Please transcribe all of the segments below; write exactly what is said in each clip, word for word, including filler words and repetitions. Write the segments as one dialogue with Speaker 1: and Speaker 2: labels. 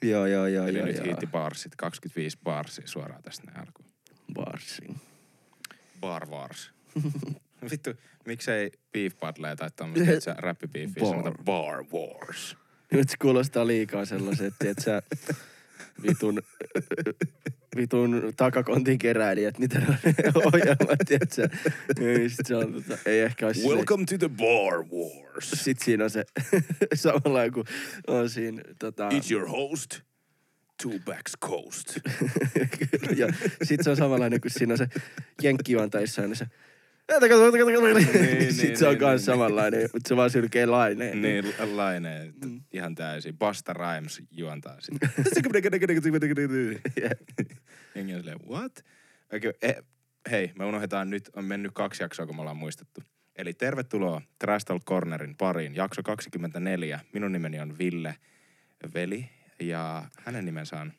Speaker 1: Joo, joo, joo,
Speaker 2: Eli
Speaker 1: joo,
Speaker 2: nyt
Speaker 1: joo.
Speaker 2: hiitti barsit, kaksikymmentäviisi barsia suoraan tästä näin alkuun.
Speaker 1: Barsin.
Speaker 2: Bar wars. Vittu, miksei beef battleja tai tommosia, että sä räppibeefiä sanotaan bar wars.
Speaker 1: Nyt se kuulostaa liikaa sellaiset, että sä vitun, vitun takakontin keräilijät, mitä ne ohjelmat, tietsä. Niin sit se on tota, ei ehkä olisi
Speaker 2: Welcome to the bar wars.
Speaker 1: Sit siinä on se samalla kuin on siinä tota...
Speaker 2: It's your host, Two Backs Coast.
Speaker 1: ja sit se on samanlainen kuin siinä on se jenkkijuontajissa aina se...
Speaker 2: Niin,
Speaker 1: sit se on kans samanlainen, mutta se vaan sylkee laineen.
Speaker 2: Niin, laineen.
Speaker 1: Mm.
Speaker 2: Ihan täysin. Busta Rhymes juontaa sitä. Jengi on silleen, what? Okay, eh, hei, me unohdetaan nyt, on mennyt kaksi jaksoa, kun me ollaan muistettu. Eli tervetuloa Trash Talk Cornerin pariin. Jakso kaksikymmentäneljä. Minun nimeni on Ville Veli ja hänen nimensä on...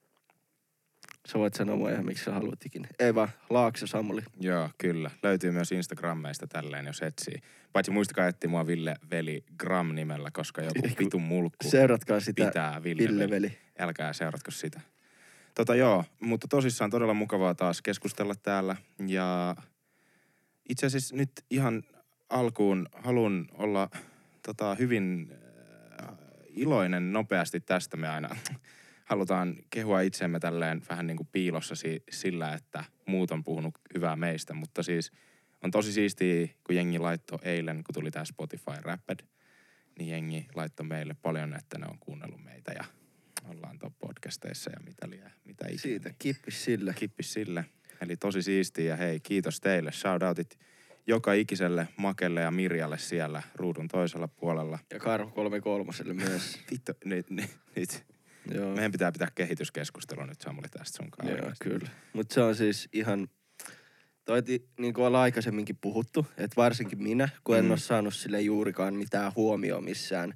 Speaker 1: Sä voit sanoa mua ihan miksi sä haluat ikinä. Ei vaan, Laakso Samuli.
Speaker 2: Joo, kyllä. Löytyy myös Instagrammeista tälleen, jos etsii. Paitsi muistakaa etsiä mua Ville Veli Gram nimellä, koska joku vitun mulkku
Speaker 1: Seuratkaa sitä
Speaker 2: pitää Ville,
Speaker 1: Ville
Speaker 2: Veli.
Speaker 1: Veli.
Speaker 2: Älkää seuratko sitä. Tota joo, mutta tosissaan todella mukavaa taas keskustella täällä. Ja itse asiassa nyt ihan alkuun haluan olla tota, hyvin äh, iloinen nopeasti tästä. Me aina halutaan kehua itseemme tälleen vähän niin kuin piilossa si- sillä, että muut on puhunut hyvää meistä. Mutta siis on tosi siistiä, kun jengi laittoi eilen, kun tuli tää Spotify Wrapped, niin jengi laittoi meille paljon, että ne on kuunnellut meitä ja ollaan tuon podcasteissa ja mitä liian, mitä ikinä.
Speaker 1: Siitä, kippis sille.
Speaker 2: Kippis sille. Eli tosi siistiä ja hei, kiitos teille. Shoutoutit joka ikiselle Makelle ja Mirjalle siellä ruudun toisella puolella.
Speaker 1: Ja Karhu kolme kolmoselle myös.
Speaker 2: Vittu, nyt, nyt, nyt.
Speaker 1: Joo.
Speaker 2: Meidän pitää pitää kehityskeskustelua nyt Samuli tästä sun kanssa.
Speaker 1: Joo, kyllä. Mutta se on siis ihan, toi niin kuin ollaan aikaisemminkin puhuttu, että varsinkin minä, kun en
Speaker 2: Mm.
Speaker 1: ole saanut sille juurikaan mitään huomioon missään.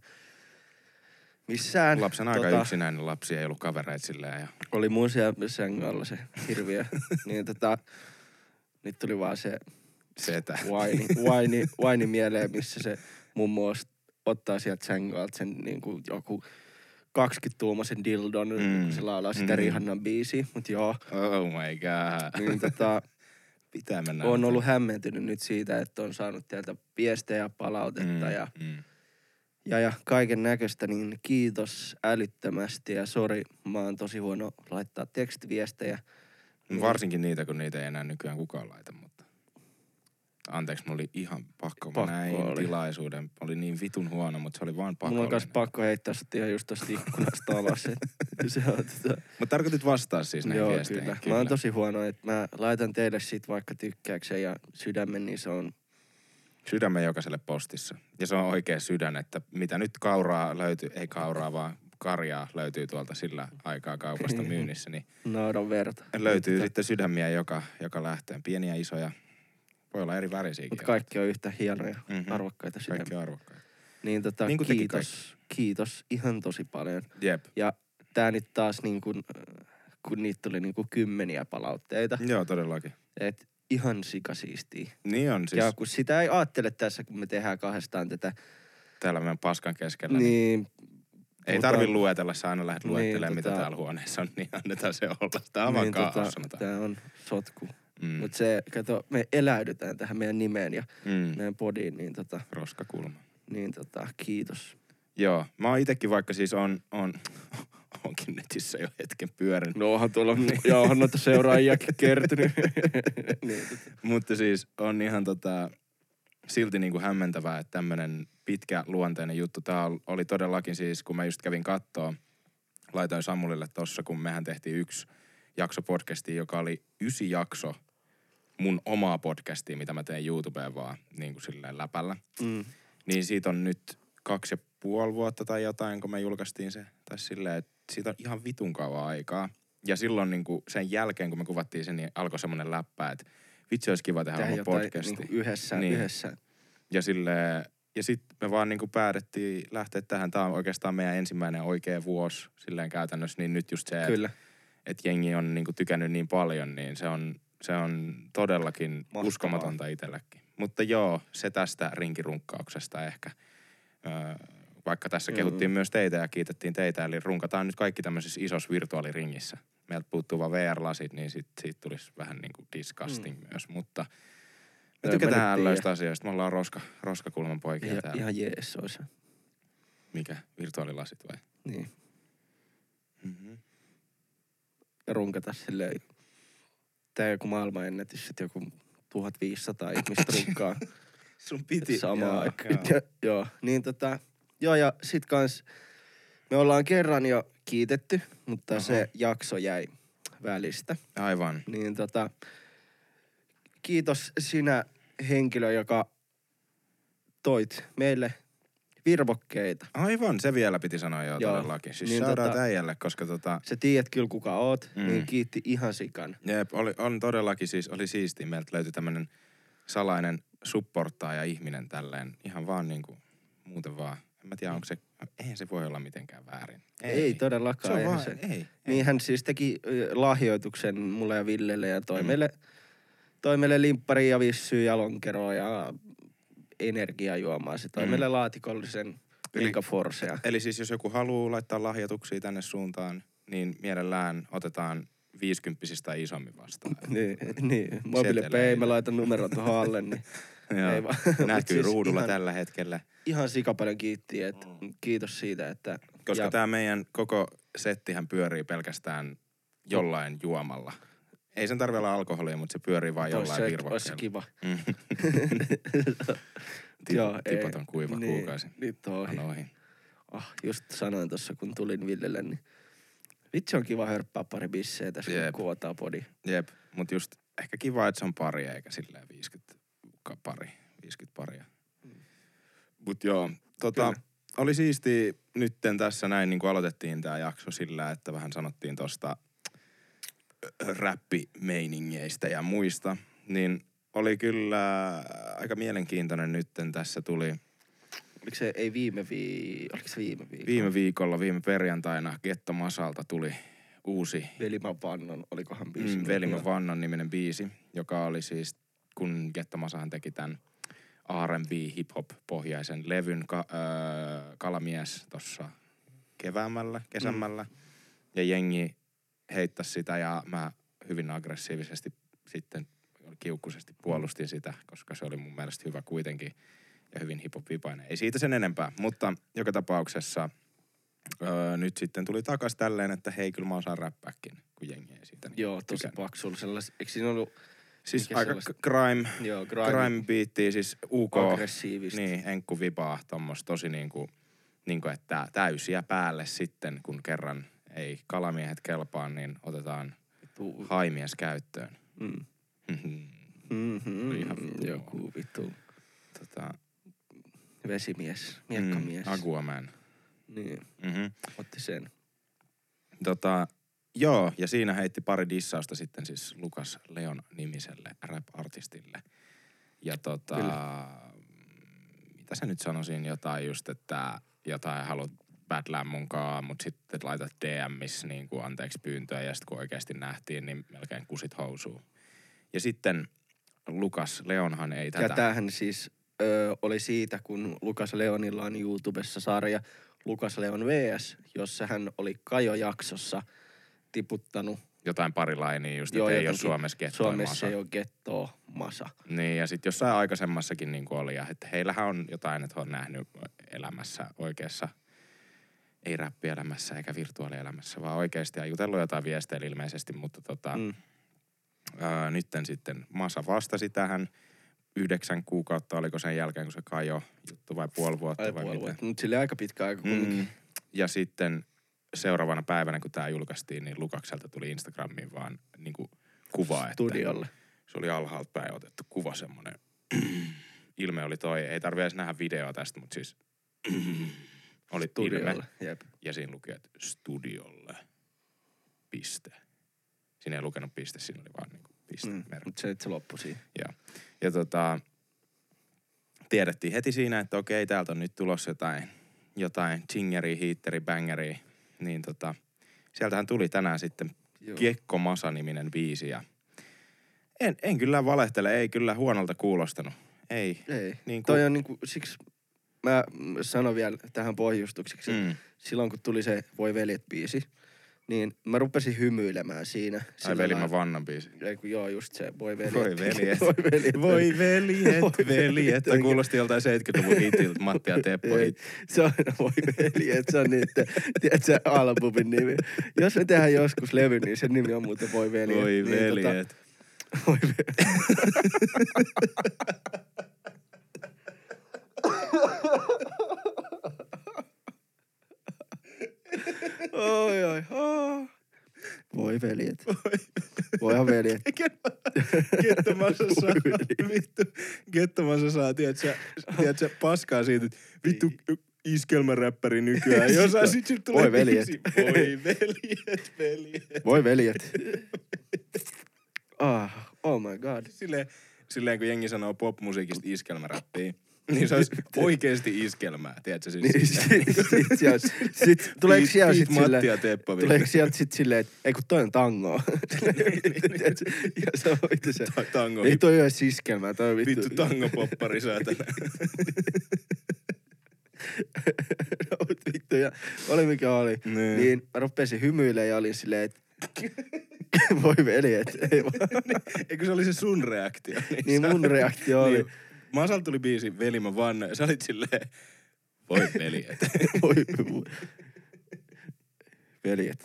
Speaker 1: Missään.
Speaker 2: Lapsen aika tota, yksinäinen lapsi, ei ollut kavereita silleen. Ja...
Speaker 1: Oli mun siellä sängyn alla se hirviö. niin tota, nyt tuli vaan se
Speaker 2: Setä.
Speaker 1: vaini, vaini, vaini mieleen, missä se mummo ottaa sieltä sängyn alta sen niin kuin joku kaksikymmentä-tuumaisen dildon, mm. kun se laulaa sitä mm. Rihannan biisiä. Mut joo.
Speaker 2: Oh my god.
Speaker 1: Niin tota,
Speaker 2: pitää mennä.
Speaker 1: on ollut hämmentynyt nyt siitä, että on saanut teiltä viestejä ja palautetta
Speaker 2: mm,
Speaker 1: ja,
Speaker 2: mm.
Speaker 1: ja, ja kaiken näköistä, niin kiitos älyttömästi ja sori, mä oon tosi huono laittaa tekstiviestejä.
Speaker 2: Niin. Varsinkin niitä, kun niitä ei enää nykyään kukaan laita, mutta anteeksi, mulla oli ihan pakko. Mä
Speaker 1: Pakko
Speaker 2: näin
Speaker 1: oli.
Speaker 2: tilaisuuden. Oli niin vitun huono, mutta se oli vaan pakko.
Speaker 1: Mulla on kanssa pakko heittää sut ihan just tosta ikkunasta alas. Se on tota...
Speaker 2: Mutta tarkoitit vastaa siis näihin
Speaker 1: Joo,
Speaker 2: viesteihin.
Speaker 1: kyllä. kyllä. Mä oon tosi huono, että mä laitan teille sit vaikka tykkääkseen ja sydämen, niin se on...
Speaker 2: Sydämen jokaiselle postissa. Ja se on oikea sydän, että mitä nyt kauraa löytyy, ei kauraa vaan karjaa löytyy tuolta sillä aikaa kaupasta myynnissä, niin
Speaker 1: Naudan verta.
Speaker 2: löytyy
Speaker 1: Mutta,
Speaker 2: sitten sydämiä joka, joka lähteen. Pieniä, isoja. Voi olla eri värisiäkin.
Speaker 1: Mutta kaikki on yhtä hienoja,
Speaker 2: mm-hmm.
Speaker 1: arvokkaita sydämiä.
Speaker 2: Kaikki on arvokkaita.
Speaker 1: Niin tota,
Speaker 2: niin
Speaker 1: kiitos, kiitos ihan tosi paljon.
Speaker 2: Jep.
Speaker 1: Ja tää nyt taas niin kuin, kun niitä tuli niin kuin kymmeniä palautteita.
Speaker 2: Joo, todellakin.
Speaker 1: Et ihan sikasiistii.
Speaker 2: Niin on siis.
Speaker 1: Ja kun sitä ei ajattele tässä, kun me tehdään kahdestaan tätä.
Speaker 2: Täällä meidän paskan keskellä. Niin,
Speaker 1: Niin.
Speaker 2: ei
Speaker 1: mutta,
Speaker 2: tarvi luetella, sä aina lähdet luettelemaan,
Speaker 1: niin,
Speaker 2: mitä
Speaker 1: tota,
Speaker 2: täällä huoneessa on, niin annetaan se olla. Tää on vaan
Speaker 1: niin,
Speaker 2: kaos,
Speaker 1: tota,
Speaker 2: sanotaan.
Speaker 1: tää on sotku.
Speaker 2: Mm.
Speaker 1: Mutta se, kato, me eläydytään tähän meidän nimeen ja
Speaker 2: Mm.
Speaker 1: meidän podiin, niin tota,
Speaker 2: Roskakulma.
Speaker 1: niin tota, kiitos.
Speaker 2: Joo, mä oon itekin vaikka siis on, on onkin netissä jo hetken pyörinyt.
Speaker 1: No onhan tuolla, ja onhan noita seuraajiakin kertynyt. niin, tota.
Speaker 2: Mutta siis on ihan tota, silti niinku hämmentävää, että tämmönen pitkä luonteinen juttu. Tää oli todellakin siis, kun mä just kävin kattoo, laitoin Samulille tossa, kun mehän tehtiin yksi jakso podcastia, joka oli ysi jakso mun omaa podcastia, mitä mä teen YouTubeen vaan niin kuin silleen läpällä.
Speaker 1: Mm.
Speaker 2: Niin siitä on nyt kaksi ja puoli vuotta tai jotain, kun me julkaistiin se. Tai silleen, että siitä on ihan vitun kauan aikaa. Ja silloin niin kuin sen jälkeen, kun me kuvattiin sen, niin alkoi semmoinen läppä, että vitsi olisi kiva tehdä oma podcasti.
Speaker 1: Niin yhdessä,
Speaker 2: niin.
Speaker 1: yhdessä.
Speaker 2: Ja silleen, ja sitten me vaan niin kuin päätettiin lähteä tähän. Tämä on oikeastaan meidän ensimmäinen oikea vuosi silleen käytännössä. Niin nyt just se, että et jengi on niin kuin tykännyt niin paljon, niin se on, se on todellakin mahtavaa. Uskomatonta itsellekin. Mutta joo, se tästä rinkirunkkauksesta ehkä. Öö, vaikka tässä
Speaker 1: Joo.
Speaker 2: kehuttiin myös teitä ja kiitettiin teitä, eli runkataan nyt kaikki tämmöisessä isossa virtuaaliringissä. Meiltä puuttuu vaan V R-lasit, niin sit, siitä tulisi vähän niin kuin disgusting mm. myös, mutta me
Speaker 1: Joo,
Speaker 2: tykätään
Speaker 1: mä nyt
Speaker 2: ällöistä asioista. Me ollaan roska, roskakulman poikia
Speaker 1: Ihan,
Speaker 2: täällä.
Speaker 1: ihan jees olisi.
Speaker 2: Mikä? Virtuaalilasit vai?
Speaker 1: Niin.
Speaker 2: Mm-hmm.
Speaker 1: Runkata silleen. Tää joku maailmanennätys, että joku tuhatviisisataa ihmistä runkaa.
Speaker 2: Sun piti.
Speaker 1: Samaan aikaan. Joo. joo, niin tota, joo ja sit kans me ollaan kerran jo kiitetty, mutta Oho. se jakso jäi välistä.
Speaker 2: Aivan.
Speaker 1: Niin tota, kiitos sinä henkilö, joka toit meille virvokkeita.
Speaker 2: Aivan, se vielä piti sanoa jo
Speaker 1: joo.
Speaker 2: todellakin. Siis
Speaker 1: niin
Speaker 2: saadaan
Speaker 1: tota,
Speaker 2: äijälle, koska tota...
Speaker 1: sä tiedät kyllä kuka oot,
Speaker 2: mm.
Speaker 1: niin kiitti ihan sikan.
Speaker 2: Jep, oli, on todellakin siis, oli siistiä. Meiltä löytyi tämmönen salainen supportaaja ihminen tälleen. Ihan vaan niinku, muuten vaan. En mä tiedä, onko se, eihän se voi olla mitenkään väärin.
Speaker 1: Ei, ei todellakaan.
Speaker 2: Se on vaan,
Speaker 1: se.
Speaker 2: ei, ei.
Speaker 1: Niin hän siis teki lahjoituksen mulle ja Villelle ja toi
Speaker 2: mm.
Speaker 1: meille, toi meille limpparia ja vissyä ja lonkeroa ja energiajuomaa. Se toi mm. meille laatikollisen Inka Forsea.
Speaker 2: Eli siis jos joku haluaa laittaa lahjoituksia tänne suuntaan, niin mielellään otetaan viisikymppisistä tai isommin vastaan.
Speaker 1: niin, niin. Mobile mä laitan numeron tuohon alle, niin ei vaan.
Speaker 2: Näkyy
Speaker 1: siis
Speaker 2: ruudulla
Speaker 1: ihan,
Speaker 2: tällä hetkellä.
Speaker 1: Ihan sikapaljon kiitti, että kiitos siitä, että...
Speaker 2: Koska
Speaker 1: ja,
Speaker 2: tää meidän koko settihän pyörii pelkästään jollain juomalla. Ei sen tarvitse olla alkoholia, mutta se pyörii vaan jollain virvokkeella.
Speaker 1: Olisi kiva.
Speaker 2: Mm.
Speaker 1: Joo,
Speaker 2: tipot on kuiva
Speaker 1: niin,
Speaker 2: kuukausi.
Speaker 1: Nyt on ohi.
Speaker 2: ohi.
Speaker 1: Oh, just sanoin tuossa, kun tulin Villelle, niin vitsi on kiva hörppää pari bissejä tässä, Jep. kun kuotaan podi.
Speaker 2: Jep, mut just ehkä kiva, että se on pari eikä silleen viisikymmentä pari, viisikymmentä paria. Mm. Mut joo, tota, Kyllä. oli siistiä nytten tässä näin, niin kuin aloitettiin tää jakso sillä, että vähän sanottiin tosta räppimeiningeistä ja muista, niin oli kyllä aika mielenkiintoinen nytten tässä tuli.
Speaker 1: Oliko se, ei viime vii... Oliko se viime viikolla?
Speaker 2: Viime viikolla, viime perjantaina Getto Masalta tuli uusi...
Speaker 1: Velimän Vannon, olikohan biisi?
Speaker 2: Mm, Velimän Vannon niminen biisi, joka oli siis, kun Getto Masahan teki tämän R and B hip-hop-pohjaisen levyn ka, äh, Kalamies tossa keväämällä, kesämällä. Mm. Ja jengi heittäisi sitä ja mä hyvin aggressiivisesti sitten kiukkuisesti puolustin sitä, koska se oli mun mielestä hyvä kuitenkin ja hyvin hip-hop-vipainen. Ei siitä sen enempää, mutta joka tapauksessa öö, nyt sitten tuli takas tälleen, että hei, kyllä mä osaan räppääkin, kun jengi ei siitä. Niin
Speaker 1: joo, tosi paksulla. Sellais, eikö siinä ollut...
Speaker 2: Siis aika sellaista? crime,
Speaker 1: joo, crime,
Speaker 2: crime beattiä, siis U K.
Speaker 1: Aggressiivista.
Speaker 2: Niin, enkku vipaa tommoista tosi niinku, niinku, että täysiä päälle sitten, kun kerran ei kalamiehet kelpaa, niin otetaan
Speaker 1: Tuu.
Speaker 2: haimies käyttöön.
Speaker 1: Mm.
Speaker 2: Mm-hmm. Ihan vittu.
Speaker 1: Joku vittu.
Speaker 2: Tota,
Speaker 1: Vesimies, miekkamies.
Speaker 2: Mm, Aguaman.
Speaker 1: Niin,
Speaker 2: mm-hmm.
Speaker 1: otti sen.
Speaker 2: Tota, joo, ja siinä heitti pari dissausta sitten siis Lukas Leon nimiselle rap-artistille. Ja tota, Kyllä. mitä sä nyt sanoisin, jotain just, että jotain haluat battlää munkaan, mutta sitten laitat D M:issä niin kuin anteeksi pyyntöä ja sitten kun oikeasti nähtiin, niin melkein kusit housuu. Ja sitten Lukas Leonhan ei tätä...
Speaker 1: Ja tämähän siis ö, oli siitä, kun Lukas Leonilla on YouTubessa sarja Lukas Leon V S, jossa hän oli Kajo-jaksossa tiputtanut...
Speaker 2: Jotain pari lainia just, että ei ole Suomessa gettoa
Speaker 1: Suomessa
Speaker 2: masa.
Speaker 1: ei ole gettoa masa.
Speaker 2: Niin, ja sitten jossain aikaisemmassakin niin kuin oli, ja että heillähän on jotain, että he on nähnyt elämässä oikeassa, ei räppielämässä eikä virtuaalielämässä, vaan oikeasti ja jutellut jotain viesteillä ilmeisesti, mutta tota... Mm. Ää, nytten sitten Masa vastasi tähän yhdeksän kuukautta, oliko sen jälkeen, kun se Kajo juttu vai puoli vuotta
Speaker 1: vai,
Speaker 2: vai
Speaker 1: puoli
Speaker 2: mitä?
Speaker 1: Vuotta. Nyt sille aika pitkä aika kumminkin. Mm.
Speaker 2: Ja sitten seuraavana päivänä, kun tämä julkaistiin, niin Lukakselta tuli Instagramiin vaan niin kuin kuva,
Speaker 1: Studiolle.
Speaker 2: Että se oli alhaalta päin otettu kuva semmoinen. Ilme oli toi, ei tarvitse edes nähdä videoa tästä, mutta siis oli
Speaker 1: Studiolle,
Speaker 2: ilme.
Speaker 1: jep.
Speaker 2: Ja siinä luki, että studiolle, piste. Siinä ei lukenut piste, siinä oli vaan niinku piste. Mm,
Speaker 1: mutta se, se loppui siihen.
Speaker 2: Joo. Ja tota, tiedettiin heti siinä, että okei, täältä on nyt tulossa jotain, jotain chingeri, hiitteri, bangeri. Niin tota, sieltähän tuli tänään sitten Gekko Masa-niminen biisi. Ja en, en kyllä valehtele, ei kyllä huonolta kuulostanut. Ei.
Speaker 1: Ei.
Speaker 2: Niin kuin...
Speaker 1: Toi on niinku, siksi mä sanon vielä tähän pohjustukseksi.
Speaker 2: Mm.
Speaker 1: Silloin kun tuli se Voi veljet-biisi, niin mä rupesin hymyilemään siinä.
Speaker 2: Ai veli mä vannan biisi.
Speaker 1: Ei kun joo, just se Voi veljet.
Speaker 2: Voi veljet.
Speaker 1: Voi veljet.
Speaker 2: Voi veljet, veljet. Tämä kuulosti joltain seitsemänkymmentäluvun hitiltä, Matti ja Teppo hit.
Speaker 1: Se on Voi veljet, se on niitten, tiedätkö, albumin nimi. Jos me tehdään joskus levy, niin sen nimi on muuten Voi veljet.
Speaker 2: Voi
Speaker 1: niin,
Speaker 2: veljet.
Speaker 1: Tota, Voi veljet. Oi, oi, oi. Voi veljet. Voihan veljet.
Speaker 2: Gettomassa saa, vittu, Gettomassa saa, tiedätkö, tiedätkö, paskaa siitä, että vittu iskelmäräppäri nykyään. Jos sit sit tulee
Speaker 1: Voi veljet.
Speaker 2: biisi. Voi veljet, veljet.
Speaker 1: Voi veljet. Ah, oh my god.
Speaker 2: Silleen, silleen kun jengi sanoo popmusiikista iskelmäräppiä, niin se olisi oikeesti iskelmää, tiedätkö? Siis
Speaker 1: niin, sit, sit, sit, sit, tuleeko sieltä sit silleen,
Speaker 2: Matti ja Teppo.
Speaker 1: tuleeko sieltä sit silleen, että ei kun toi on tangoa. Ja se on vittu se.
Speaker 2: Tango.
Speaker 1: Ei toi ole siskelmää, toi on vittu.
Speaker 2: Vittu tangopoppari säätänä.
Speaker 1: No, vittu, ja oli mikä oli.
Speaker 2: Nee.
Speaker 1: Niin mä rupesin hymyilemään ja olin silleen, että voi veljet. Ei vaan.
Speaker 2: Eikö se oli se sun reaktio?
Speaker 1: Niin, niin mun reaktio oli.
Speaker 2: Niin, Masalta tuli biisi Veli mä vannan ja sä olit silleen, voi veljet.
Speaker 1: Voi, voi. Veljet.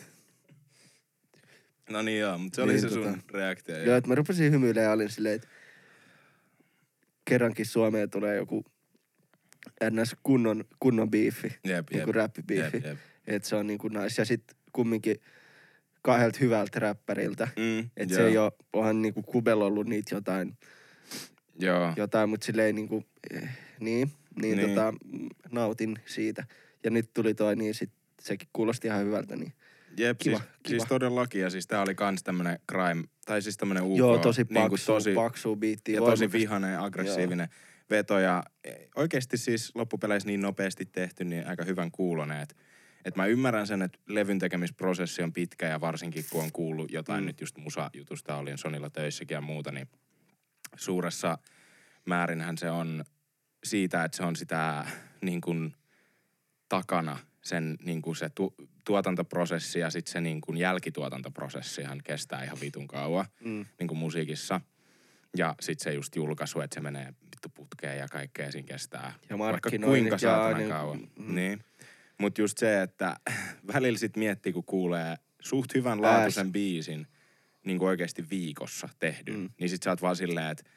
Speaker 2: No niin joo, mutta se oli
Speaker 1: Niin,
Speaker 2: se
Speaker 1: tota,
Speaker 2: sun reaktio.
Speaker 1: Joo, että mä rupesin hymyilemään ja olin silleen, että kerrankin Suomeen tulee joku ns. kunnon, kunnon biifi.
Speaker 2: Jep,
Speaker 1: niin kuin räppibiifi.
Speaker 2: Jep, jep.
Speaker 1: Että se on niin kuin nice. Ja sit kumminkin kahdelta hyvältä räppäriltä.
Speaker 2: Mm,
Speaker 1: että
Speaker 2: joo.
Speaker 1: se ei oo, onhan niinku Kubel ollut niitä jotain,
Speaker 2: Joo.
Speaker 1: jotain mut silleen niinku, eh, niin, niin,
Speaker 2: Niin.
Speaker 1: tota, nautin siitä. Ja nyt tuli toi, niin sit sekin kuulosti ihan hyvältä, niin
Speaker 2: Jep,
Speaker 1: kiva,
Speaker 2: siis,
Speaker 1: kiva.
Speaker 2: siis todellakin. Ja siis tää oli kans tämmönen crime, tai siis tämmönen U K.
Speaker 1: Joo, tosi
Speaker 2: niinku
Speaker 1: paksu,
Speaker 2: tosi,
Speaker 1: paksu biitti.
Speaker 2: ja tosi vihainen, aggressiivinen
Speaker 1: Joo.
Speaker 2: veto. Ja oikeesti siis loppupeleissä niin nopeasti tehty, niin aika hyvän kuulonen. Että et mä ymmärrän sen, että levyn tekemisprosessi on pitkä ja varsinkin kun on kuullut jotain mm. nyt just musajutusta, olin Sonilla töissäkin ja muuta, niin suuressa määrinhän se on siitä, että se on sitä niin kuin takana sen niin kuin se tu- tuotantoprosessi ja sitten se niin kuin jälkituotantoprosessihan kestää ihan vitun kauan
Speaker 1: Mm.
Speaker 2: niin kuin musiikissa. Ja sitten se just julkaisu, että se menee vittu putkeen ja kaikkea siinä kestää.
Speaker 1: Ja
Speaker 2: vaikka
Speaker 1: markkinoinnit
Speaker 2: kuinka
Speaker 1: ja
Speaker 2: saatana
Speaker 1: niin-
Speaker 2: kauan.
Speaker 1: mm.
Speaker 2: Niin. Mut just se, että välillä sit miettii, kun kuulee suht hyvän laatuisen biisin niin kuin oikeasti viikossa tehdyn, mm. niin sit sä oot vaan silleen, että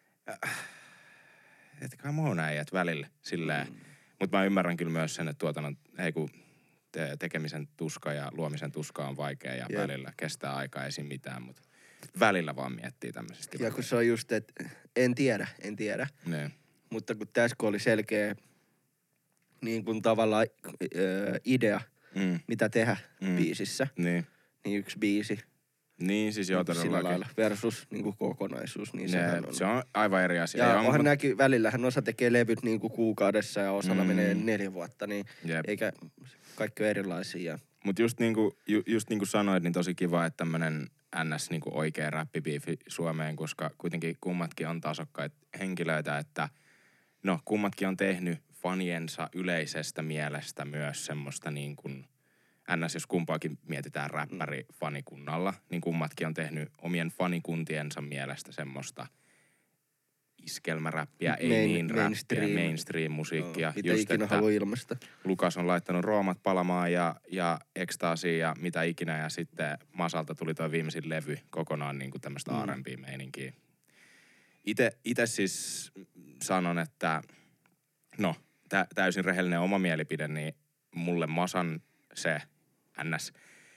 Speaker 2: et come on äijät välillä silleen. Mm. Mut mä ymmärrän kyllä myös sen, että tuotannon, ei kun te- tekemisen tuska ja luomisen tuska on vaikea ja
Speaker 1: Jep.
Speaker 2: välillä kestää aikaa esim. Mitään, mut välillä vaan miettii tämmöisistä.
Speaker 1: Ja kun se on just, että en tiedä, en tiedä.
Speaker 2: Niin.
Speaker 1: Mutta kun tässä kun oli selkeä niin kuin tavallaan ö, idea,
Speaker 2: Mm.
Speaker 1: mitä tehdä
Speaker 2: Mm.
Speaker 1: biisissä,
Speaker 2: Niin.
Speaker 1: niin yksi biisi
Speaker 2: Niin, siis joo
Speaker 1: sillä
Speaker 2: todellakin.
Speaker 1: lailla versus niin kuin kokonaisuus, niin
Speaker 2: Ne,
Speaker 1: sehän on.
Speaker 2: se on aivan eri asia.
Speaker 1: Ja
Speaker 2: Ja
Speaker 1: onhan
Speaker 2: mut-
Speaker 1: näkyy, välillähän osa tekee levyt niin kuin kuukaudessa ja osalla
Speaker 2: Mm.
Speaker 1: menee neljä vuotta, niin
Speaker 2: Jep.
Speaker 1: eikä kaikki ole erilaisia. Ja
Speaker 2: Mut just niinku, ju, just niinku sanoit, niin tosi kiva, että tämmönen ns. Niinku oikea räppibiifi Suomeen, koska kuitenkin kummatkin on tasokkaita henkilöitä, että no kummatkin on tehnyt faniensa yleisestä mielestä myös semmoista niin kuin, ns. Jos kumpaakin mietitään räppäri-fanikunnalla, niin kummatkin on tehnyt omien fanikuntiensa mielestä semmoista iskelmäräppiä, ei
Speaker 1: Main-
Speaker 2: niin räppiä,
Speaker 1: mainstream.
Speaker 2: mainstream-musiikkia.
Speaker 1: mitä
Speaker 2: Just,
Speaker 1: ikinä
Speaker 2: että
Speaker 1: haluaa ilmaista.
Speaker 2: Lukas on laittanut roomat palamaan ja, ja ekstaasiin ja mitä ikinä. Ja sitten Masalta tuli toi viimeisin levy kokonaan niin kuin tämmöistä
Speaker 1: Mm.
Speaker 2: R and B-meininkiä. Ite, ite siis sanon, että no, tä, täysin rehellinen oma mielipide, niin mulle Masan se ns.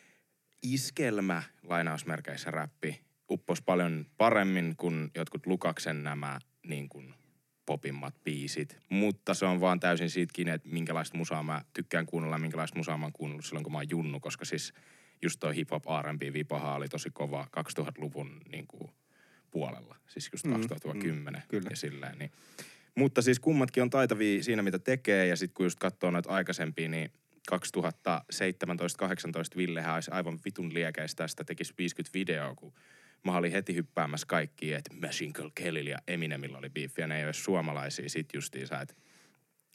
Speaker 2: Iskelmä lainausmerkeissä räppi uppos paljon paremmin kuin jotkut Lukaksen nämä niin kuin popimmat biisit. Mutta se on vaan täysin siitä kiinni, että minkälaista musaa mä tykkään kuunnella ja minkälaista musaa mä oon kuunnellut silloin, kun mä oon junnu. Koska siis just toi hip-hop R and B-vipaha oli tosi kova kaksituhattaluvun niin kuin puolella. Siis just
Speaker 1: Mm,
Speaker 2: kaksituhattakymmenen
Speaker 1: mm, kyllä.
Speaker 2: ja silleen. Niin. Mutta siis kummatkin on taitavia siinä, mitä tekee. Ja sitten kun just katsoo noita aikaisempia, niin kaksituhattaseitsemäntoista kahdeksantoista Villehän olisi aivan vitun liekeistä tästä, tekisi viisikymmentä videoa, kun mä olin heti hyppäämässä kaikkia, että Machine Gun Kellyllä ja Eminemillä oli biifi, ja ne ei ole suomalaisia sit justiinsa, että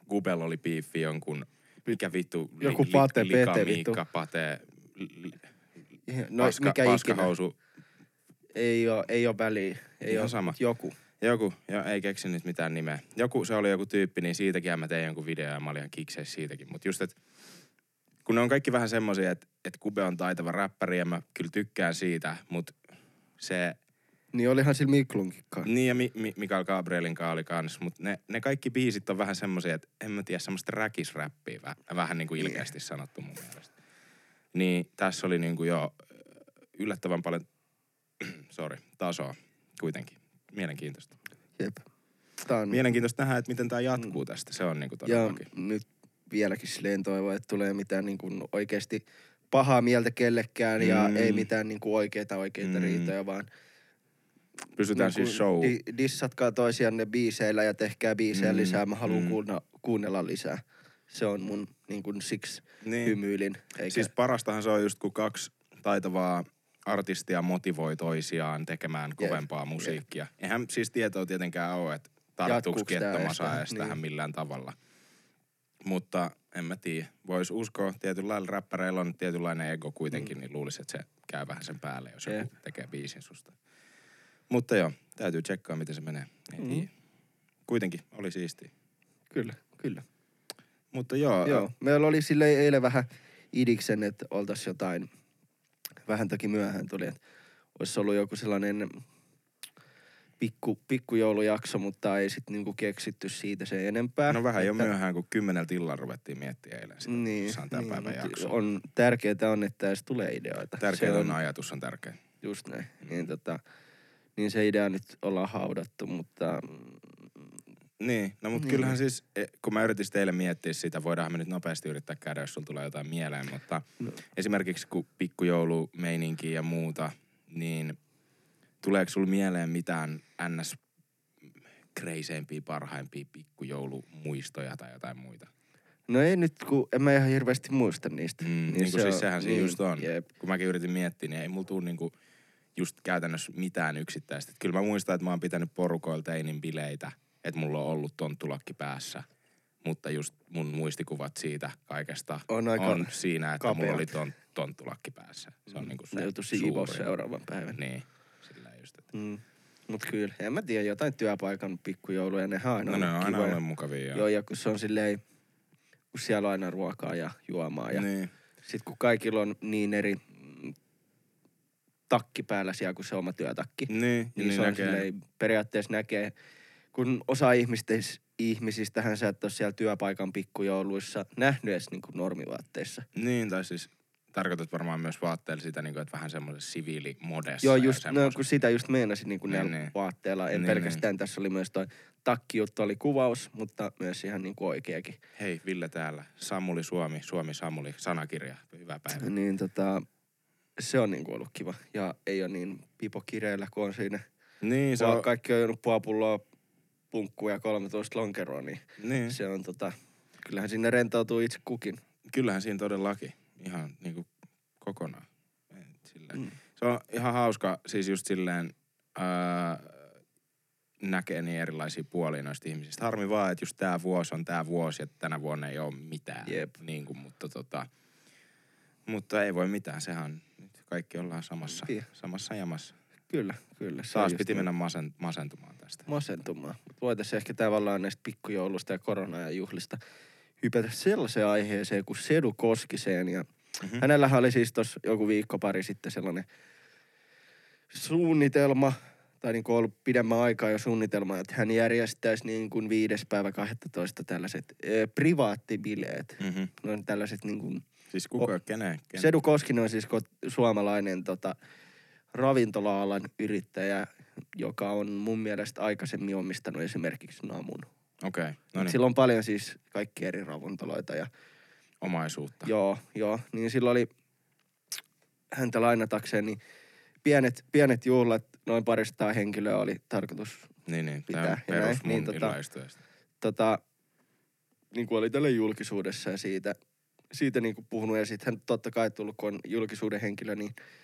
Speaker 2: Kubel oli biiffi jonkun, mikä vittu,
Speaker 1: Joku
Speaker 2: li,
Speaker 1: Pate,
Speaker 2: li,
Speaker 1: Pete,
Speaker 2: lika,
Speaker 1: vittu.
Speaker 2: Miikka, Pate, li,
Speaker 1: No
Speaker 2: paska,
Speaker 1: mikä
Speaker 2: paskahousu.
Speaker 1: ikinä. Ei oo, ei oo väliä. Ei
Speaker 2: Ihan
Speaker 1: oo,
Speaker 2: sama.
Speaker 1: mut joku.
Speaker 2: Joku, ja ei keksi nyt mitään nimeä. Joku, se oli joku tyyppi, niin siitäkin mä tein jonkun video ja mä olin ihan kikseissä siitäkin. Mutta just, että kun ne on kaikki vähän semmosia, että et Kube on taitava räppäri ja mä kyllä tykkään siitä, mutta se...
Speaker 1: Niin olihan sillä Miklunkin kanssa.
Speaker 2: Niin ja Mi- Mi- Mikael Gabrielin kanssa oli kans, mutta ne, ne kaikki biisit on vähän semmosia, että en mä tiedä, semmoista räkisräppiä, väh, vähän niin kuin ilkeästi sanottu mun mielestä. Niin tässä oli niinku jo yllättävän paljon, sorry, tasoa kuitenkin. Mielenkiintoista.
Speaker 1: Jep. Tää on...
Speaker 2: Mielenkiintoista nähdä, että miten tää jatkuu tästä. Se on niinku todellakin.
Speaker 1: Ja nyt vieläkin silleen toivon, että tulee mitään niin kuin oikeasti pahaa mieltä kellekään mm. ja ei mitään niin kuin oikeita oikeita mm. riitoja, vaan
Speaker 2: pysytään
Speaker 1: niin
Speaker 2: siis show.
Speaker 1: Di, dissatkaa toisianne biiseillä ja tehkää biisejä mm. lisää. Mä haluan mm. kuunna, kuunnella lisää. Se on mun niin kuin siksi niin. hymyilin. Eikä...
Speaker 2: Siis parastahan se on just, kun kaksi taitavaa artistia motivoi toisiaan tekemään kovempaa yep. musiikkia. Yep. Eihän siis tietoa tietenkään ole, että tarttuuko Kettomasa edes niin. tähän millään tavalla. Mutta en mä tiedä. Vois uskoa, tietynlailla räppäreillä on tietynlainen ego kuitenkin, mm. niin luulisi, että se käy vähän sen päälle, jos yep. joku tekee biisin susta. Mutta joo, täytyy tsekkaa, miten se menee. Ei mm. tiedä. Kuitenkin oli siistiä.
Speaker 1: Kyllä, kyllä.
Speaker 2: Mutta joo.
Speaker 1: Joo, meillä oli silleen eilen vähän idiksen, että oltais jotain, vähän toki myöhään tuli, että olisi ollut joku sellainen pikku, pikkujoulujakso, mutta ei sit niinku keksitty siitä sen enempää.
Speaker 2: No vähän
Speaker 1: että...
Speaker 2: jo myöhään, kun kymmeneltä illalla ruvettiin miettiä eilen sitä,
Speaker 1: niin,
Speaker 2: tämän
Speaker 1: niin,
Speaker 2: päivän jaksoa.
Speaker 1: On, tärkeää on, että edes tulee ideoita.
Speaker 2: Tärkeää on, ajatus on tärkeä.
Speaker 1: Just näin. Mm. Niin, tota, niin se idea nyt ollaan haudattu, mutta...
Speaker 2: Niin, no mutta niin. Kyllähän siis, kun mä yritin teille miettiä sitä, voidaan me nyt nopeasti yrittää käydä, jos sulla tulee jotain mieleen, mutta no. esimerkiksi kun pikkujoulumeininkiä ja muuta, niin tuleeko sulla mieleen mitään ns kreiseimpiä, parhaimpia pikkujoulumuistoja tai jotain muita?
Speaker 1: No ei nyt, kun en mä ihan hirveästi muista niistä.
Speaker 2: Mm, niin, niin kuin se siis on, sehän niin, siinä just on. Jep. Kun mäkin yritin miettiä, niin ei mulla tuu niinku just käytännössä mitään yksittäistä. Et kyllä mä muistan, että mä oon pitänyt porukoilta teinin bileitä, että mulla on ollut tonttulakki päässä. Mutta just mun muistikuvat siitä kaikesta
Speaker 1: on,
Speaker 2: on siinä, että
Speaker 1: kapeat.
Speaker 2: Mulla oli ton, tonttulakki päässä. Se on niinku se
Speaker 1: ne joutu siivoo seuraavan päivän.
Speaker 2: Niin, sillä just. Että.
Speaker 1: Mm. Mut kyllä, en mä tiedä, jotain työpaikan pikkujouluja, ne on aina
Speaker 2: no, ne on aina
Speaker 1: kivoja.
Speaker 2: ollut mukavia. Joo.
Speaker 1: joo, ja kun se on silleen, kun siellä on aina ruokaa ja juomaa. Ja
Speaker 2: niin.
Speaker 1: sit kun kaikilla on niin eri takki päällä siellä kuin se oma työtakki.
Speaker 2: Niin,
Speaker 1: niin,
Speaker 2: niin
Speaker 1: se on
Speaker 2: näkee.
Speaker 1: silleen, periaatteessa näkee, kun osa ihmistä, ihmisistähän sä et ole siellä työpaikan pikkujouluissa nähnyt edes niin kuin normivaatteissa.
Speaker 2: Niin, tai siis tarkoitat varmaan myös vaatteella sitä, niin kuin, että vähän semmoisessa siviilimodessa.
Speaker 1: Joo, just, no, kun sitä just meinasin niin kuin
Speaker 2: niin,
Speaker 1: näillä
Speaker 2: niin.
Speaker 1: vaatteilla. En
Speaker 2: niin,
Speaker 1: pelkästään,
Speaker 2: niin.
Speaker 1: tässä oli myös toi takkijuttu, oli kuvaus, mutta myös ihan niin kuin oikeakin.
Speaker 2: Hei, Ville täällä. Samuli Suomi, Suomi Samuli, sanakirja. Hyvää päivää.
Speaker 1: Niin tota, se on niin kuin ollut kiva. Ja ei ole niin pipokireillä, kun on siinä.
Speaker 2: Niin, se on...
Speaker 1: Kaikki on juonut puolapulloa, punkkua ja kolmetoista lonkeroa, niin,
Speaker 2: niin
Speaker 1: se on tota, kyllähän sinne rentoutuu itse kukin.
Speaker 2: Kyllähän siinä todellakin. Ihan niinku kokonaan. Silleen.
Speaker 1: Mm.
Speaker 2: Se on ihan hauska, siis just silleen ää, näkee niin erilaisia puolia noista ihmisistä. Harmi vaan, että just tää vuosi on tää vuosi, että tänä vuonna ei ole mitään.
Speaker 1: Jep.
Speaker 2: Niin kuin, mutta tota, mutta ei voi mitään, sehän nyt kaikki ollaan samassa,
Speaker 1: Niin.
Speaker 2: samassa jamassa.
Speaker 1: Kyllä, kyllä. Se
Speaker 2: Taas piti mennä masen, masentumaan tästä.
Speaker 1: Masentumaan. Voitaisiin ehkä tavallaan näistä pikkujoulusta ja korona- ja juhlista hypätä sellaiseen aiheeseen kuin Sedu Koskiseen. Ja mm-hmm. hänellähän oli siis tuossa joku viikko pari sitten sellainen suunnitelma, tai niin kuin ollut pidemmän aikaa jo suunnitelma, että hän järjestäisi niin kuin viides päivä kahdennentoista tällaiset e, privaattibileet.
Speaker 2: Mm-hmm.
Speaker 1: No tällaiset niin kuin...
Speaker 2: Siis kuka, o, kenen, kenen?
Speaker 1: Sedu Koskinen on siis suomalainen tota, ravintola-alan yrittäjä, joka on mun mielestä aikaisemmin omistanut esimerkiksi Namun.
Speaker 2: Okei, okay, no niin.
Speaker 1: Sillä on paljon siis kaikki eri ravintoloita ja...
Speaker 2: Omaisuutta.
Speaker 1: Joo, joo. Niin sillä oli häntä lainatakseen, niin pienet, pienet juhlat, noin paristaa henkilöä oli tarkoitus
Speaker 2: niin, niin.
Speaker 1: pitää.
Speaker 2: Tämä on perus mun
Speaker 1: niin, tota, tota, niin kuin oli tälle julkisuudessa ja siitä, siitä niin kuin puhunut. Ja sitten hän totta kai tullut, kun on julkisuuden henkilö, niin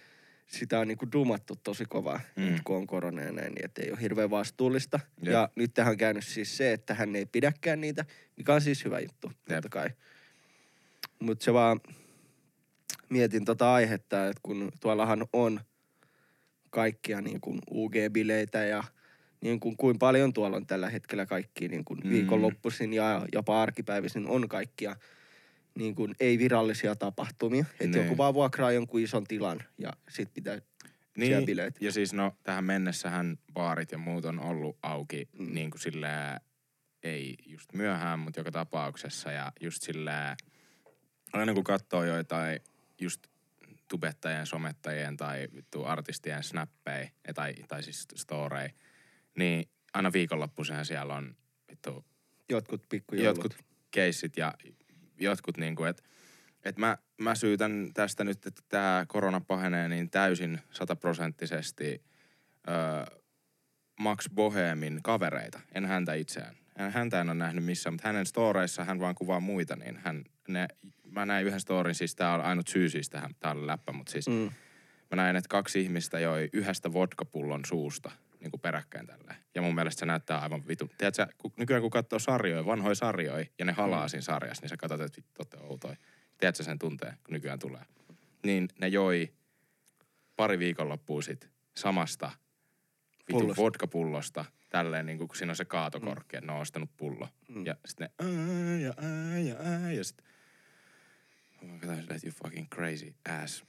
Speaker 1: sitä on niinku dumattu tosi kovaa,
Speaker 2: Mm.
Speaker 1: kun on korona ja näin, niin että ei ole hirveän vastuullista.
Speaker 2: Jep.
Speaker 1: Ja nyt tähän on käynyt siis se, että hän ei pidäkään niitä, mikä on siis hyvä juttu, totta kai. Mutta se vaan, mietin tota aihetta, että kun tuollahan on kaikkia niin kuin U G-bileitä ja niin kuin kuin paljon tuolla on tällä hetkellä kaikkia niin kuin
Speaker 2: Mm.
Speaker 1: viikonloppuisin ja jopa arkipäivisin on kaikkia niin kuin ei-virallisia tapahtumia. Että
Speaker 2: Niin.
Speaker 1: joku vaan vuokraa jonkun ison tilan ja sit pitää siellä
Speaker 2: Niin,
Speaker 1: bileet.
Speaker 2: ja siis no tähän mennessähän baarit ja muut on ollut auki
Speaker 1: Mm.
Speaker 2: niin kuin silleen, ei just myöhään, mutta joka tapauksessa ja just silleen, aina kun katsoo joitain just tubettajien, somettajien tai vittu artistien snappeja, tai, tai siis storei, niin aina viikonloppuisenhan siellä on vittu
Speaker 1: Jotkut pikkujoulut.
Speaker 2: jotkut keissit ja jotkut niinku, että et mä, mä syytän tästä nyt, että tää korona pahenee niin täysin sataprosenttisesti öö, Max Bohemin kavereita, en häntä itseään. Häntä en ole nähnyt missään, mutta hänen storeissa hän vaan kuvaa muita, niin hän, ne, mä näin yhden storin, siis tää on ainut syy siis tähän, tää oli läppä, mutta siis
Speaker 1: Mm.
Speaker 2: mä näin, että kaksi ihmistä joi yhdestä vodkapullon suusta niin kuin peräkkäin tälleen. Ja mun mielestä se näyttää aivan vitu. Tiedätkö, kun, nykyään kun katsoo sarjoja, vanhoja sarjoja, ja ne halaa
Speaker 1: Mm.
Speaker 2: siinä sarjassa, niin sä katsot, että vittu, ootte outoja. Tiedätkö sen tuntee, kun nykyään tulee. Niin ne joi pari viikonloppua sit samasta vitun
Speaker 1: Pullosta.
Speaker 2: vodkapullosta, tälleen niin kuin, kun siinä on se kaatokorkki, että ne on ostanut pullo.
Speaker 1: Mm.
Speaker 2: Ja sitten ne ää, ja ää, ja ää, ja sit mä katsoin silleen, että you fucking crazy ass.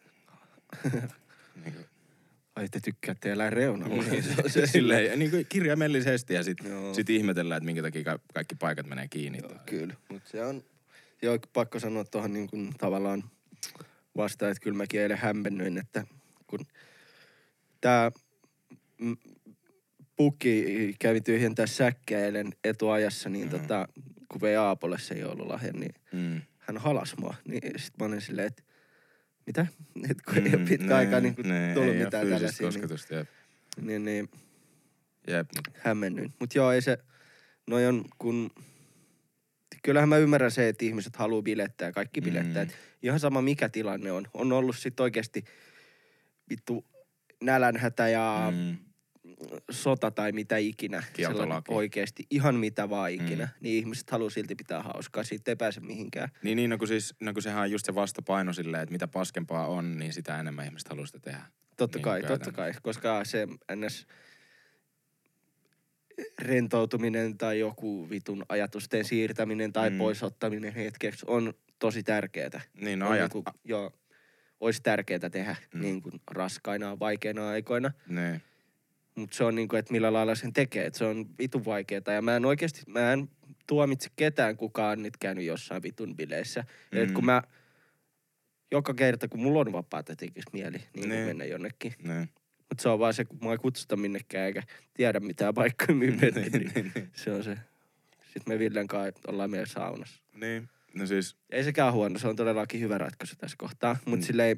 Speaker 2: niin kuin,
Speaker 1: Ai te tykkäätte elää reunalla.
Speaker 2: se silleen, niin kuin kirjaimellisesti ja sit,
Speaker 1: Joo.
Speaker 2: sit ihmetellään, että minkä takia ka- kaikki paikat menee kiinni.
Speaker 1: Joo, kyllä, mutta se on, joo, pakko sanoa tuohon niin kuin tavallaan vastaan, että kyllä mäkin eilen hämmennyin, että kun tää mm, pukki kävi tyhjentää säkkiä eilen etuajassa, niin
Speaker 2: Mm.
Speaker 1: tota, kun vei Aapolle sen joululahjan, niin
Speaker 2: Mm.
Speaker 1: hän halas mua. Niin sit mä olin silleen, että mitä? Et kun
Speaker 2: Mm,
Speaker 1: ei ole pitkä
Speaker 2: nee,
Speaker 1: aikaa niin kuin
Speaker 2: nee,
Speaker 1: tullut
Speaker 2: ei oo
Speaker 1: mitään
Speaker 2: fyysistä
Speaker 1: tällaisia. Niin,
Speaker 2: kosketusta, jep.
Speaker 1: niin, niin
Speaker 2: Jep, mut
Speaker 1: hämmennyin. Mut joo, ei se, noi on kun, kyllähän mä ymmärrän se, että ihmiset haluaa bilettää ja kaikki bilettää.
Speaker 2: Mm.
Speaker 1: Mm. Ihan sama mikä tilanne on. On ollut sit oikeesti vittu nälänhätä ja
Speaker 2: Mm.
Speaker 1: sota tai mitä ikinä.
Speaker 2: Kieltolaki.
Speaker 1: Sellainen oikeesti ihan mitä vaan ikinä.
Speaker 2: Mm.
Speaker 1: Niin ihmiset haluaa silti pitää hauskaa. Siitä ei pääse mihinkään.
Speaker 2: Niin, niin no kun siis, no kun sehän on just se vastapaino silleen, että mitä paskempaa on, niin sitä enemmän ihmiset haluaa sitä tehdä.
Speaker 1: Totta
Speaker 2: Niin
Speaker 1: kai,
Speaker 2: kuin
Speaker 1: totta kai. Koska se ns. Rentoutuminen tai joku vitun ajatusten siirtäminen tai
Speaker 2: Mm.
Speaker 1: mm. poisottaminen hetkeksi on tosi tärkeetä.
Speaker 2: Niin, no
Speaker 1: On
Speaker 2: ajat,
Speaker 1: niinku, joo, olisi tärkeää tehdä
Speaker 2: Mm.
Speaker 1: mm. niin kuin raskaina, vaikeina aikoina.
Speaker 2: niin.
Speaker 1: Mutta se on niinku, että millä lailla sen tekee. Et se on vitun vaikeeta. Ja mä en oikeasti, mä en tuomitse ketään, kukaan on nyt käynyt jossain vitun bileissä. Mm. Et
Speaker 2: Mm.
Speaker 1: kun mä, joka kerta kun mulla on vapaata, tekis mieli niin
Speaker 2: Niin.
Speaker 1: mennä jonnekin.
Speaker 2: Niin.
Speaker 1: Mutta se on vaan se, kun mä ei kutsuta minnekään eikä tiedä mitään paikkoja myy mennä,
Speaker 2: Niin,
Speaker 1: niin
Speaker 2: niin.
Speaker 1: se on se. Sitten me Villen kanssa ollaan meidän saunassa.
Speaker 2: Niin. No siis,
Speaker 1: Ei sekään huono, se on todellakin hyvä ratkaisu tässä kohtaa. Mutta
Speaker 2: Mm.
Speaker 1: mm. silleen,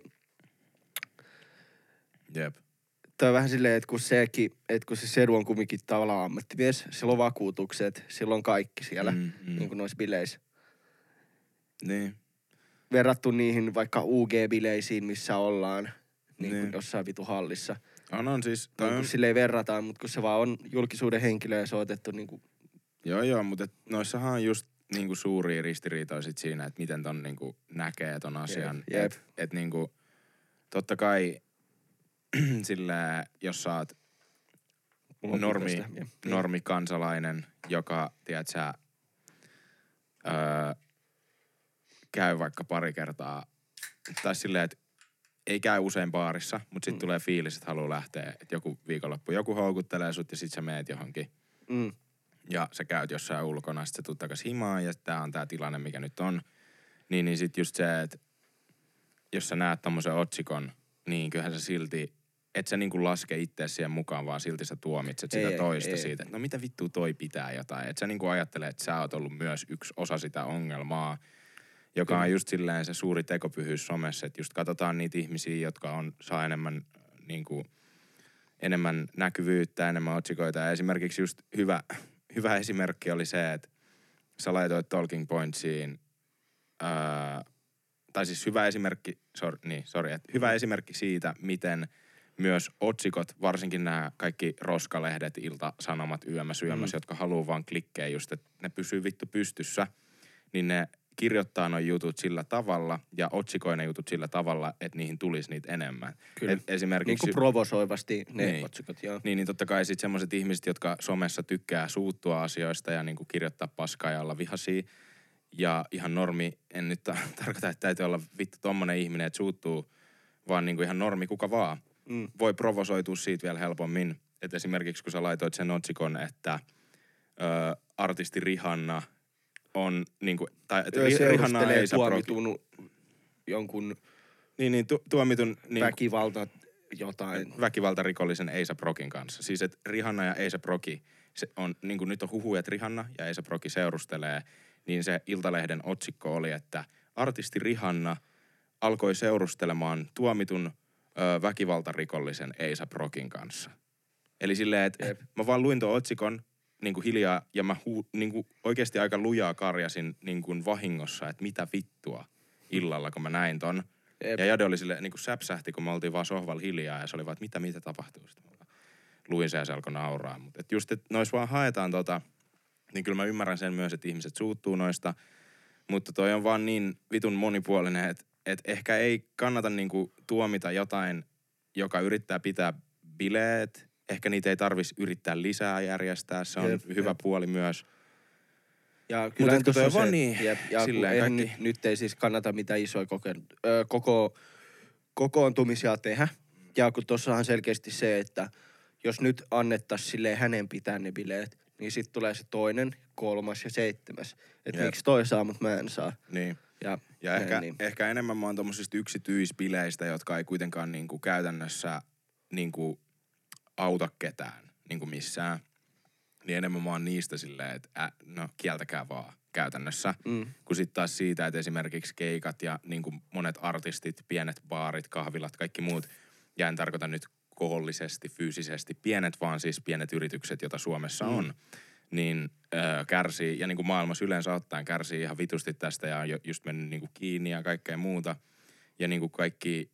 Speaker 2: jep.
Speaker 1: toi on vähän silleen, että kun sekin, että kun se Sedu on kumminkin tavallaan ammattimies, sillä on vakuutukset, sillä on kaikki siellä,
Speaker 2: Mm,
Speaker 1: mm,
Speaker 2: mm.
Speaker 1: mm. niin kuin noissa bileissä.
Speaker 2: Niin.
Speaker 1: Verrattu niihin vaikka U G-bileisiin, missä ollaan, niin kuin
Speaker 2: Niin.
Speaker 1: jossain vitu hallissa.
Speaker 2: On, on siis, toi
Speaker 1: Niin
Speaker 2: on,
Speaker 1: kuin silleen verrataan, mutta kun se vaan on julkisuuden henkilö ja se on otettu niin kuin,
Speaker 2: joo joo, mutta et noissahan on just niinku suuria ristiriitoja sit siinä, että miten ton niinku näkee ton asian.
Speaker 1: jep.
Speaker 2: Että et niinku, totta kai sillä jos sä oot normi,
Speaker 1: tästä, jep.
Speaker 2: normikansalainen, joka, tiedät sä, öö, käy vaikka pari kertaa, tai silleen, että ei käy usein baarissa, mutta sitten
Speaker 1: Mm.
Speaker 2: tulee fiilis, että haluaa lähteä, että joku viikonloppu, joku houkuttelee sut ja sit sä meet johonkin.
Speaker 1: Mm.
Speaker 2: Ja sä käyt jossain ulkona, sit sä tuut takas himaan ja tää on tää tilanne, mikä nyt on. Niin, niin sit just se, että jos sä näet tommosen otsikon, niin kyllähän sä silti, et sä niinku laske itseäsi siihen mukaan, vaan silti sä tuomitset sitä
Speaker 1: Ei,
Speaker 2: toista
Speaker 1: ei.
Speaker 2: siitä. No mitä vittua toi pitää jotain. Et sä niinku ajattele, että sä oot ollut myös yksi osa sitä ongelmaa, joka
Speaker 1: Kyllä.
Speaker 2: on just silleen se suuri tekopyhyys somessa, että just katsotaan niitä ihmisiä, jotka on, saa enemmän niinku, enemmän näkyvyyttä, enemmän otsikoita. Ja esimerkiksi just hyvä, hyvä esimerkki oli se, että sä laitoit Talking Pointsiin ää, tai siis hyvä esimerkki, sorry, niin, sorry, että hyvä esimerkki siitä, miten myös otsikot, varsinkin nämä kaikki roskalehdet, Ilta-Sanomat, Yömäs, Yömäs, mm. jotka haluaa vaan klikkejä just, että ne pysyy vittu pystyssä, niin ne kirjoittaa nuo jutut sillä tavalla ja otsikoi ne jutut sillä tavalla, että niihin tulisi niitä enemmän.
Speaker 1: Kyllä.
Speaker 2: Et esimerkiksi,
Speaker 1: niin kuin provosoivasti ne
Speaker 2: niin,
Speaker 1: otsikot, joo.
Speaker 2: Niin, niin totta kai sitten semmoiset ihmiset, jotka somessa tykkää suuttua asioista ja niin kuin kirjoittaa paskaa ja olla vihaisia. Ja ihan normi, en nyt ta- tarkoita, että täytyy olla vittu tommonen ihminen, että suuttuu, vaan niin kuin ihan normi kuka vaan. Mm. Voi provosoitua siitä vielä helpommin. Että esimerkiksi kun sä laitoit sen otsikon, että ö, artisti Rihanna on niinku, tai että Rihanna ei saa
Speaker 1: tuomitun jonkun
Speaker 2: niin, niin, tu, tuomitun niin,
Speaker 1: väkivalta jotain.
Speaker 2: Väkivaltarikollisen A$ap Rockin kanssa. Siis että Rihanna ja A$ap Rocky, se on, niin kuin nyt on huhuja, että Rihanna ja A$ap Rocky seurustelee, niin se Iltalehden otsikko oli, että artisti Rihanna alkoi seurustelemaan tuomitun ö, väkivaltarikollisen A$ap Rockin kanssa. Eli silleen, että Jep. mä vaan luin tuon otsikon niin kuin hiljaa ja mä hu, niin kuin oikeasti aika lujaa karjasin niin kuin vahingossa, että mitä vittua illalla, kun mä näin ton. Jep. Ja Jade oli silleen, niin kuin säpsähti, kun me oltiin vaan sohvalla hiljaa ja se oli vaan, että mitä, mitä tapahtuu. Sitten mä luin sen ja se alkoi nauraa. Mutta et just, että nois vaan haetaan tota, niin kyllä mä ymmärrän sen myös, että ihmiset suuttuu noista. Mutta toi on vaan niin vitun monipuolinen, että et ehkä ei kannata niinku tuomita jotain, joka yrittää pitää bileet. Ehkä niitä ei tarvitsisi yrittää lisää järjestää. Se on jep, hyvä jep. puoli myös.
Speaker 1: Ja kyllä
Speaker 2: mutta
Speaker 1: toi
Speaker 2: on vaan niin.
Speaker 1: Jep, ja eihän nyt, nyt ei siis kannata mitään isoja koke- ö, koko, kokoontumisia tehdä. Ja kun tossahan selkeästi se, että jos nyt annettaisiin silleen hänen pitää ne bileet, niin sitten tulee se toinen, kolmas ja seitsemäs. Että miksi toi saa, mutta mä en saa.
Speaker 2: Niin.
Speaker 1: Ja,
Speaker 2: ja ehkä,
Speaker 1: niin.
Speaker 2: ehkä enemmän mä oon tommosista yksityisbileistä, jotka ei kuitenkaan niinku käytännössä niinku auta ketään niinku missään. Niin enemmän mä oon niistä silleen, että äh, no kieltäkää vaan käytännössä. Mm. Kun sit taas siitä, että esimerkiksi keikat ja niinku monet artistit, pienet baarit, kahvilat, kaikki muut. Ja en tarkoita nyt kohollisesti, fyysisesti pienet, vaan siis pienet yritykset, joita Suomessa on. Mm. Niin ö, kärsii, ja niin kuin maailmassa yleensä ottaen kärsii ihan vitusti tästä ja on just mennyt niin kuin kiinni ja kaikkea muuta. Ja niin kuin kaikki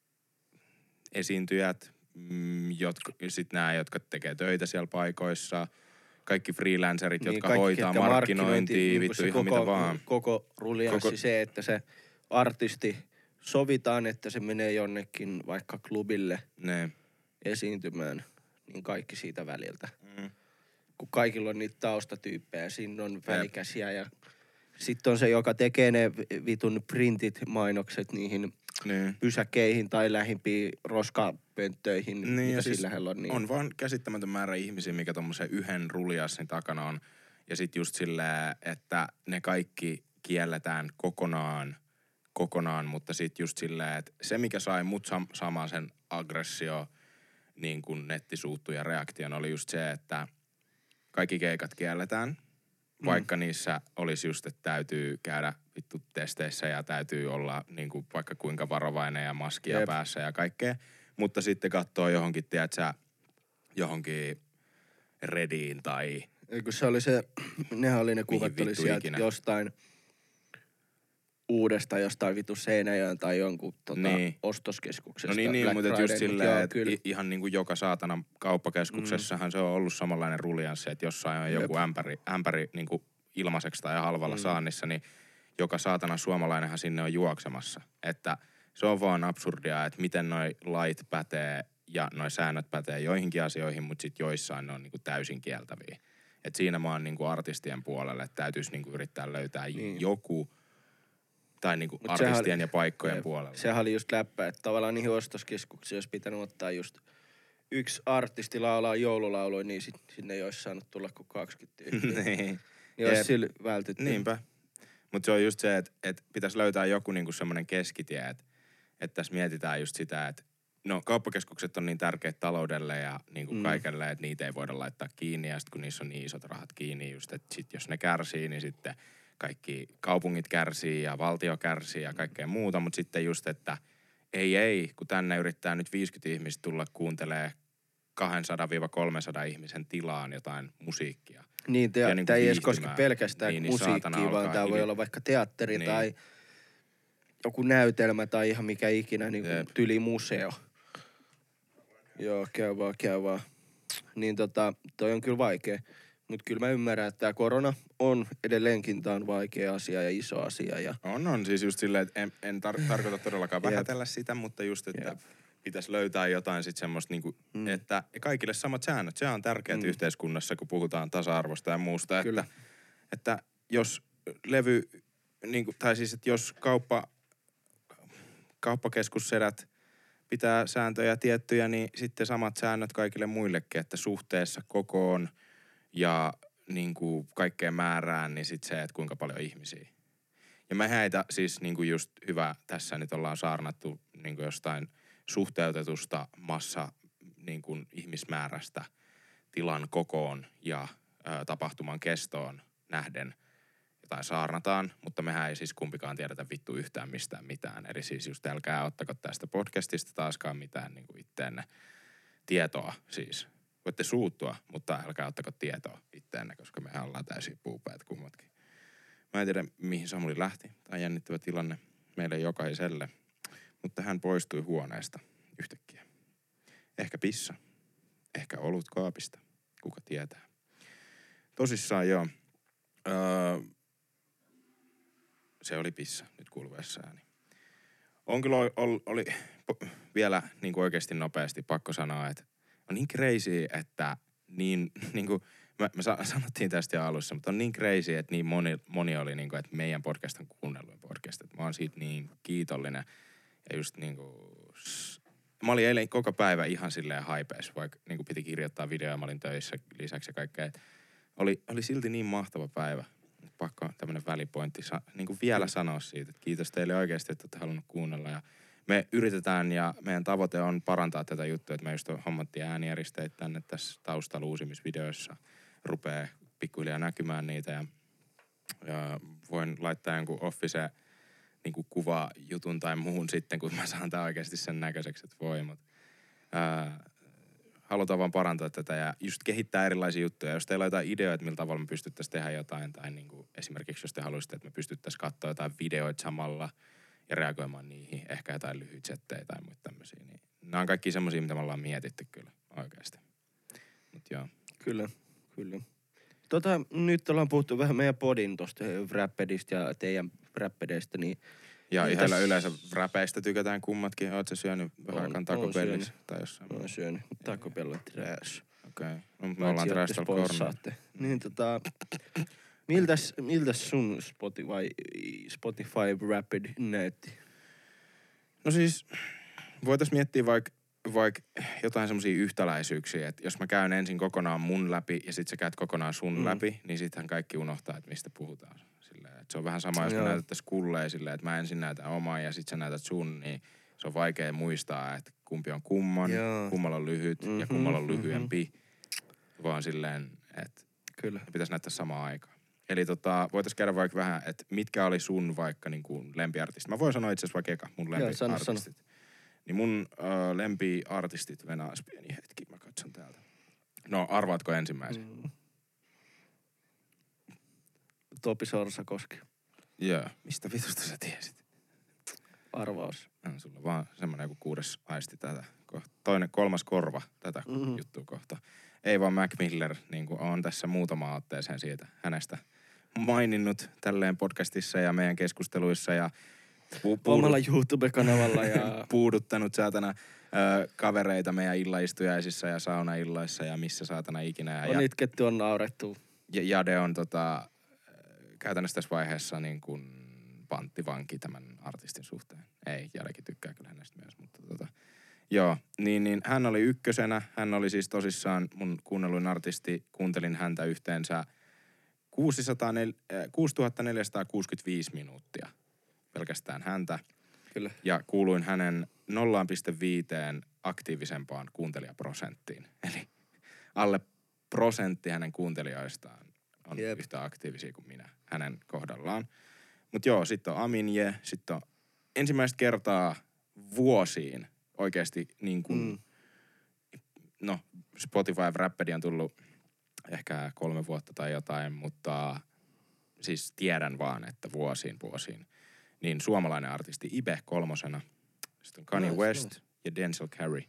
Speaker 2: esiintyjät, mm, jotka, sit nämä, jotka tekee töitä siellä paikoissa, kaikki freelancerit, niin, jotka kaikki, hoitaa markkinointia, niin vittu ihan koko, mitä vaan.
Speaker 1: Koko ruljanssi koko... se, että se artisti sovitaan, että se menee jonnekin vaikka klubille ne. esiintymään, niin kaikki siitä väliltä. Mm. Kun kaikilla on niitä taustatyyppejä, siinä on välikäsiä ja sitten on se, joka tekee ne vitun printit, mainokset niihin niin. pysäkeihin tai lähimpiin roskapönttöihin, niin, mitä siis sillä on. Niin.
Speaker 2: On vaan käsittämätön määrä ihmisiä, mikä tommosen yhden ruljassin takana on. Ja sitten just silleen, että ne kaikki kielletään kokonaan, kokonaan, mutta sitten just silleen, että se mikä sai mut sam- saamaan sen aggressio, niin kuin nettisuuttu ja reaktion oli just se, että kaikki keikat kielletään, vaikka mm. niissä olisi just, että täytyy käydä vittu testeissä ja täytyy olla niin kuin vaikka kuinka varovainen ja maskia Jep. päässä ja kaikkea. Mutta sitten katsoo johonkin, tiedätkö, johonkin Rediin tai...
Speaker 1: Eikö se oli se, nehän oli ne kuvat oli sieltä ikinä. Jostain uudesta jostain vittu Seinäjoen tai jonkun tota,
Speaker 2: niin.
Speaker 1: ostoskeskuksesta.
Speaker 2: No niin, niin mutta just silleen, että ihan niin kuin joka saatanan kauppakeskuksessahan mm. se on ollut samanlainen ruljanssi, että jossain on Jep. joku ämpäri, ämpäri niin kuin ilmaiseksi tai halvalla mm. saannissa, niin joka saatana suomalainenhan sinne on juoksemassa. Että se on vaan absurdia, että miten noi lait pätee ja noi säännöt pätee joihinkin asioihin, mutta sit joissain ne on niin kuin täysin kieltäviä. Että siinä mä oon niin kuin artistien puolelle, että täytyisi niin kuin yrittää löytää niin. joku... Tai niinku Mut artistien oli, ja paikkojen ja, puolella.
Speaker 1: Sehän oli just läppä, että tavallaan niihin ostoskeskuksiin olisi pitänyt ottaa just yksi artisti laulaa joululauluja, niin sit, sinne ei olisi saanut tulla kuin kaksikymmentä tyyppiä. niin. Niin olisi sillä vältytty.
Speaker 2: Niinpä. Mutta se on just se, että et pitäisi löytää joku niinku semmoinen keskitie, että et tässä mietitään just sitä, että no kauppakeskukset on niin tärkeät taloudelle ja niinku mm. kaikelle, että niitä ei voida laittaa kiinni. Ja sitten kun niissä on niin isot rahat kiinni just, että sit jos ne kärsii, niin sitten... Kaikki kaupungit kärsii ja valtio kärsii ja kaikkea muuta, mutta sitten just, että ei ei, kun tänne yrittää nyt viisikymmentä ihmistä tulla kuuntelee kaksisataa kolmesataa ihmisen tilaan jotain musiikkia.
Speaker 1: Niin, te, niin tämä ei edes koske pelkästään niin, musiikkia, niin vaan tämä voi olla vaikka teatteri niin. tai joku näytelmä tai ihan mikä ikinä, niin
Speaker 2: Jep.
Speaker 1: tyli museo. Joo, käy vaan, käy vaan. Niin tota, toi on kyllä vaikea. Mut kyllä mä ymmärrän, että tää korona on edelleenkin, tää on vaikea asia ja iso asia. Ja...
Speaker 2: On, on. Siis just silleen, että en, en tar- tarkoita todellakaan vähätellä sitä, mutta just, että
Speaker 1: Jep.
Speaker 2: pitäisi löytää jotain sit semmoista niinku, mm. että kaikille samat säännöt. Se on tärkeät mm. yhteiskunnassa, kun puhutaan tasa-arvosta ja muusta.
Speaker 1: Kyllä.
Speaker 2: Että, että jos levy, niinku, tai siis, että jos kauppa, kauppakeskussedät pitää sääntöjä tiettyjä, niin sitten samat säännöt kaikille muillekin, että suhteessa kokoon ja niinku kaikkeen määrään, niin sitten se, että kuinka paljon ihmisiä. Ja mä heitä siis niinku just hyvä, tässä nyt ollaan saarnattu niinku jostain suhteutetusta massa niinku ihmismäärästä tilan kokoon ja ö, tapahtuman kestoon nähden jotain saarnataan, mutta mehän ei siis kumpikaan tiedetä vittu yhtään mistään mitään. Eli siis just älkää ottako tästä podcastista taaskaan mitään niinku itteenne tietoa siis. Voitte suuttua, mutta älkää ottako tietoa itteenne, koska mehän ollaan täysin puupäät kummatkin. Mä en tiedä, mihin Samuli lähti. Tämä on jännittävä tilanne meille jokaiselle. Mutta hän poistui huoneesta yhtäkkiä. Ehkä pissa. Ehkä olut kaapista. Kuka tietää. Tosissaan joo. Öö, se oli pissa. Nyt kuuluessa ääni. On kyllä oli, oli, oli vielä niin kuin oikeasti nopeasti pakko sanoa, että on niin crazy, että niin, niin kuin, me, me sanottiin tästä jo alussa, mutta on niin crazy, että niin moni, moni oli niin kuin, että meidän podcast on kuunnelluin podcast. Että mä oon siitä niin kiitollinen. Ja just niin kuin, mä olin eilen koko päivä ihan silleen haipeessa, vaikka niin kuin piti kirjoittaa videoja, mä olin töissä lisäksi ja kaikkea. Oli, oli silti niin mahtava päivä. Pakko tämmönen välipointti sa, niin kuin vielä sanoa siitä, että kiitos teille oikeasti, että olette halunnut kuunnella. Ja me yritetään ja meidän tavoite on parantaa tätä juttua, että me just hommattiin äänieristeitä tänne tässä taustalla uusimisvideoissa. Rupee pikkuhiljaa näkymään niitä ja, ja voin laittaa jonkun office niin kuin kuvajutun tai muun sitten, kun mä saan tää oikeasti sen näköiseksi, että voi. Mut, ää, halutaan vaan parantaa tätä ja just kehittää erilaisia juttuja. Jos teillä on jotain ideoita, että millä tavalla me pystyttäisiin tehdä jotain, tai niin kuin esimerkiksi jos te haluaisitte, että me pystyttäisiin katsoa jotain videoita samalla ja reagoimaan niihin, ehkä jotain lyhyitä settejä tai muita tämmöisiä, niin nämä on kaikki semmoisia, mitä me ollaan mietitty kyllä oikeasti. Mut joo.
Speaker 1: Kyllä, kyllä. Tota, nyt ollaan puhuttu vähän meidän podin tosta Wrappedista ja teidän Wrappedeista, niin...
Speaker 2: Ja
Speaker 1: niin
Speaker 2: ihan
Speaker 1: täs...
Speaker 2: yleensä räpeistä tykätään kummatkin. Oot sä syönyt vähän aikaan Taco Bellissa tai jossain?
Speaker 1: Mä oon syönyt. Taco Bell on trash.
Speaker 2: Okei. Okay. No, me ollaan trash täällä kornalla.
Speaker 1: Niin tota... Miltäs, miltäs sun Spotify, Spotify Wrapped näytti?
Speaker 2: No siis, voitais miettiä vaikka vaik jotain semmosia yhtäläisyyksiä, että jos mä käyn ensin kokonaan mun läpi ja sit sä käyt kokonaan sun mm. läpi, niin sittenhän kaikki unohtaa, että mistä puhutaan. Silleen, että se on vähän sama, jos me näytettäisiin kulleen silleen, että mä ensin näytän oman ja sit sä näytät sun, niin se on vaikea muistaa, että kumpi on kumman, Joo. kummalla on lyhyt mm-hmm, ja kummalla on lyhyempi. Mm-hmm. Vaan silleen, että Kyllä. pitäisi näyttää samaan aikaan. Eli tota, voitais käydä vaikka vähän, että mitkä oli sun vaikka niin kuin lempiartistit. Mä voin sanoa itse asiassa vaikka eka mun lempiartistit. Niin mun uh, lempiartistit, venaas pieni hetki, mä katson täältä. No, arvaatko ensimmäisen? Mm.
Speaker 1: Topi Sorsakoski.
Speaker 2: Joo. Mistä vitusta sä tiesit?
Speaker 1: Arvaus.
Speaker 2: No, sulla on vaan semmonen joku kuudes aisti tätä kohta. Toinen, kolmas korva tätä mm-hmm. juttua kohta. Ei vaan Mac Miller, niin kuin on tässä muutama otteeseen siitä hänestä maininnut tälleen podcastissa ja meidän keskusteluissa ja pu-
Speaker 1: omalla YouTube-kanavalla ja
Speaker 2: puuduttanut saatana ö, kavereita meidän illaistujaisissa ja saunailloissa ja missä saatana ikinä.
Speaker 1: On ja, itketty, on naurettu.
Speaker 2: Ja Jade on tota, käytännössä tässä vaiheessa niin kuin panttivanki tämän artistin suhteen. Ei, Jadekin tykkää kyllä hänestä myös, mutta tota, joo, niin, niin hän oli ykkösenä. Hän oli siis tosissaan mun kuunnelluin artisti. Kuuntelin häntä yhteensä kuusituhatta neljäsataakuusikymmentäviisi minuuttia. Pelkästään häntä.
Speaker 1: Kyllä.
Speaker 2: Ja kuuluin hänen nolla pilkku viisi aktiivisempaan kuuntelijaprosenttiin. Eli alle prosentti hänen kuuntelijoistaan on Jep. yhtä aktiivisia kuin minä hänen kohdallaan. Mut joo, sit on Aminje, sit on ensimmäistä kertaa vuosiin oikeesti niin kuin, mm. no Spotify Wrapped on tullut ehkä kolme vuotta tai jotain, mutta siis tiedän vaan, että vuosiin vuosiin. niin suomalainen artisti Ibe kolmosena. Sitten on Kanye
Speaker 1: Nice,
Speaker 2: West
Speaker 1: nice.
Speaker 2: ja Denzel Curry.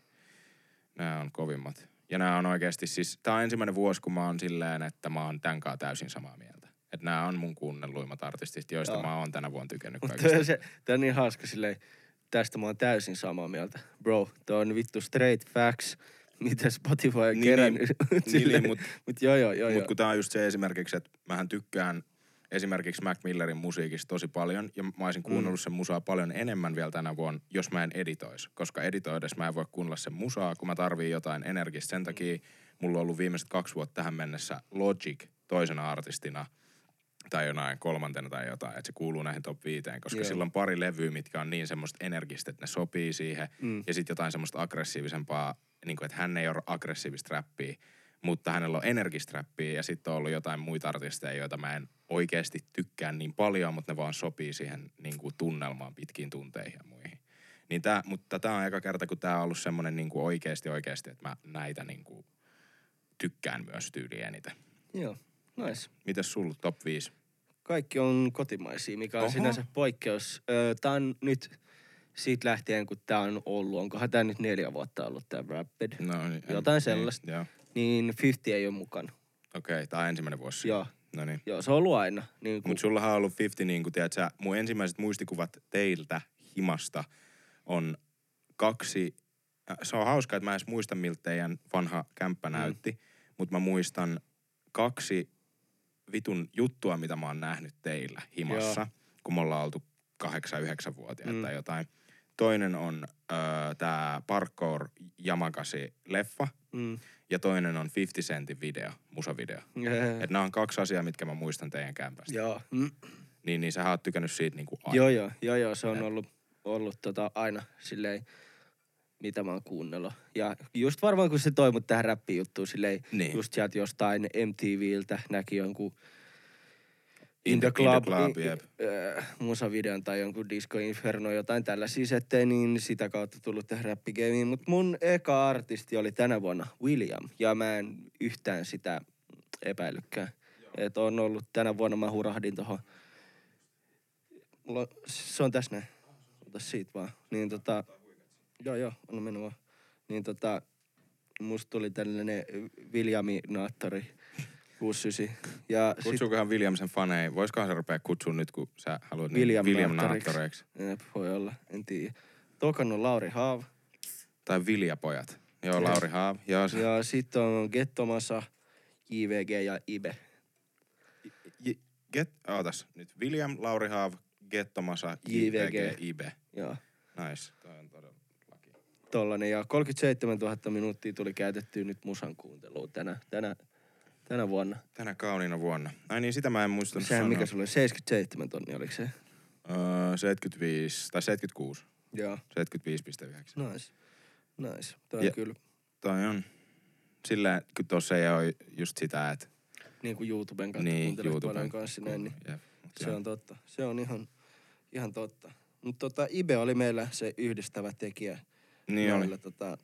Speaker 2: Nämä on kovimmat. Ja nämä on oikeasti siis, tää on ensimmäinen vuosi, kun mä oon silleen, että mä oon tän kanssa täysin samaa mieltä. Että nämä on mun kuunnelluimmat artistit, joista
Speaker 1: Joo.
Speaker 2: mä oon tänä vuonna tykännyt
Speaker 1: Mutta
Speaker 2: kaikista.
Speaker 1: se, tää on niin hauska silleen, tästä mä oon täysin samaa mieltä. Bro, tää on vittu straight facts, mitä Spotify on
Speaker 2: Niin,
Speaker 1: kerännyt.
Speaker 2: niin,
Speaker 1: Silleen,
Speaker 2: niin, mut,
Speaker 1: mut joo joo joo
Speaker 2: mut
Speaker 1: joo.
Speaker 2: kun tää on just se esimerkiksi, että mähän tykkään esimerkiksi Mac Millerin musiikista tosi paljon, ja mä olisin kuunnellut sen musaa paljon enemmän vielä tänä vuonna, jos mä en editois. Koska editoides mä en voi kuunnella sen musaa, kun mä tarviin jotain energistä. Sen takia mulla on ollut viimeiset kaksi vuotta tähän mennessä Logic toisena artistina, tai jonain kolmantena tai jotain, että se kuuluu näihin top viiteen, koska
Speaker 1: Joo.
Speaker 2: sillä on pari levyä, mitkä on niin semmoista energistä, että ne sopii siihen,
Speaker 1: Mm.
Speaker 2: ja sitten jotain semmoista aggressiivisempaa, niin kuin, että hän ei ole aggressiivista räppiä, mutta hänellä on energistä räppiä, ja sitten on ollut jotain muita artisteja, joita mä en oikeasti tykkää niin paljon, mutta ne vaan sopii siihen niin kuin tunnelmaan pitkiin tunteihin ja muihin. Niin tää, mutta tää on eka kerta, kun tää on ollut semmoinen niin kuin oikeasti oikeasti, että mä näitä niin kuin tykkään myös tyyliin eniten.
Speaker 1: Joo, nice.
Speaker 2: Mites sulla top viisi?
Speaker 1: Kaikki on kotimaisia, mikä on
Speaker 2: Oho.
Speaker 1: sinänsä poikkeus. Öö, tää on nyt siitä lähtien, kun tää on ollut, onkohan tää nyt neljä vuotta ollut tää Rapid,
Speaker 2: No, niin,
Speaker 1: jotain
Speaker 2: niin,
Speaker 1: sellaista.
Speaker 2: Joo.
Speaker 1: niin viisikymmentä ei ole mukana.
Speaker 2: Okei, okay, tää on ensimmäinen vuosi.
Speaker 1: Joo,
Speaker 2: No niin.
Speaker 1: joo, se on ollut aina. Niin kuin,
Speaker 2: Mut sullahan on ollut viisikymmentä, niin kuin tiedät sä, mun ensimmäiset muistikuvat teiltä himasta on kaksi, äh, se on hauskaa, että mä en edes muista, miltä teidän vanha kämppä näytti, mm. mutta mä muistan kaksi vitun juttua, mitä mä oon nähnyt teillä himassa,
Speaker 1: Joo.
Speaker 2: kun me ollaan oltu kahdeksan, yhdeksänvuotiaat
Speaker 1: Mm.
Speaker 2: tai jotain. Toinen on öö, tää Parkour Yamakasi leffa,
Speaker 1: mm,
Speaker 2: ja toinen on viisikymmentä Centin video, musavideo.
Speaker 1: yeah.
Speaker 2: Että nämä on kaksi asiaa, mitkä mä muistan teidän kämpästä.
Speaker 1: Joo. Mm.
Speaker 2: Niin, niin sä oot tykännyt siitä niinku aina.
Speaker 1: Joo, joo, joo, joo, se on
Speaker 2: Jep.
Speaker 1: ollut, ollut tota aina silleen, mitä mä oon kuunnellut. Ja just varmaan kun se toi mut tähän räppijuttuun silleen,
Speaker 2: Niin.
Speaker 1: just sieltä jostain M T V:ltä näki jonkun
Speaker 2: In
Speaker 1: In
Speaker 2: the
Speaker 1: the Club,
Speaker 2: Club,
Speaker 1: i-
Speaker 2: jep.
Speaker 1: äh, musavideon tai jonkun Disco Inferno, jotain tällaisia settejä, niin sitä kautta tullut tähän räppigamiin. Mut mun eka artisti oli tänä vuonna William, ja mä en yhtään sitä epäilykään. Että on ollut tänä vuonna, mä hurahdin tohon. Mulla on, se on tässä näin. Ota siitä vaan. Niin tota, joo joo, anna mennä vaan. Niin tota, musta tuli tällainen Williaminaattori kuusikymmentäyhdeksän. Ja sit
Speaker 2: Kutsuukohan Williamsen faneja? Voisikohan se rupea kutsua nyt, kun sä haluat
Speaker 1: William
Speaker 2: William
Speaker 1: Naattoriksi.
Speaker 2: Naattoreiksi?
Speaker 1: Jep, voi olla, en tiedä. Tokan on Lauri Haav.
Speaker 2: Tai Viljapojat. Joo,
Speaker 1: Jep.
Speaker 2: Lauri Haav. Joo, se.
Speaker 1: Ja sitten on Gettomasa, J V G ja Ibe.
Speaker 2: J- Get, ootas nyt. William, Lauri Haav, Gettomasa, J V G, Ibe.
Speaker 1: Joo,
Speaker 2: Nice. Toi on todella laki.
Speaker 1: tollanen. Ja kolmekymmentäseitsemäntuhatta minuuttia tuli käytettyä nyt musan kuunteluun tänä, tänä, tänä vuonna.
Speaker 2: Tänä kauniina vuonna. Ai niin, sitä mä en muistanut
Speaker 1: Sehän
Speaker 2: sanoa.
Speaker 1: mikä sulla oli, seitsemänkymmentäseitsemän tonnia, oliko se?
Speaker 2: Öö, seitsemänkymmentäviisi, tai seitsemänkymmentäkuusi.
Speaker 1: Joo,
Speaker 2: seitsemänkymmentäviisi pilkku yhdeksän.
Speaker 1: nice. Nice. Toi on
Speaker 2: Ja-
Speaker 1: kyllä
Speaker 2: Toi on. Silleen, kun tossa ei ole just sitä, että
Speaker 1: niin kuin YouTuben kautta
Speaker 2: niin,
Speaker 1: kuuntelet
Speaker 2: YouTuben
Speaker 1: paljon kanssa näin, niin
Speaker 2: Jep, mut
Speaker 1: se
Speaker 2: joo.
Speaker 1: on totta. Se on ihan, ihan totta. Mutta tota, Ibe oli meillä se yhdistävä tekijä.
Speaker 2: Niin oli.
Speaker 1: Noilla, tota...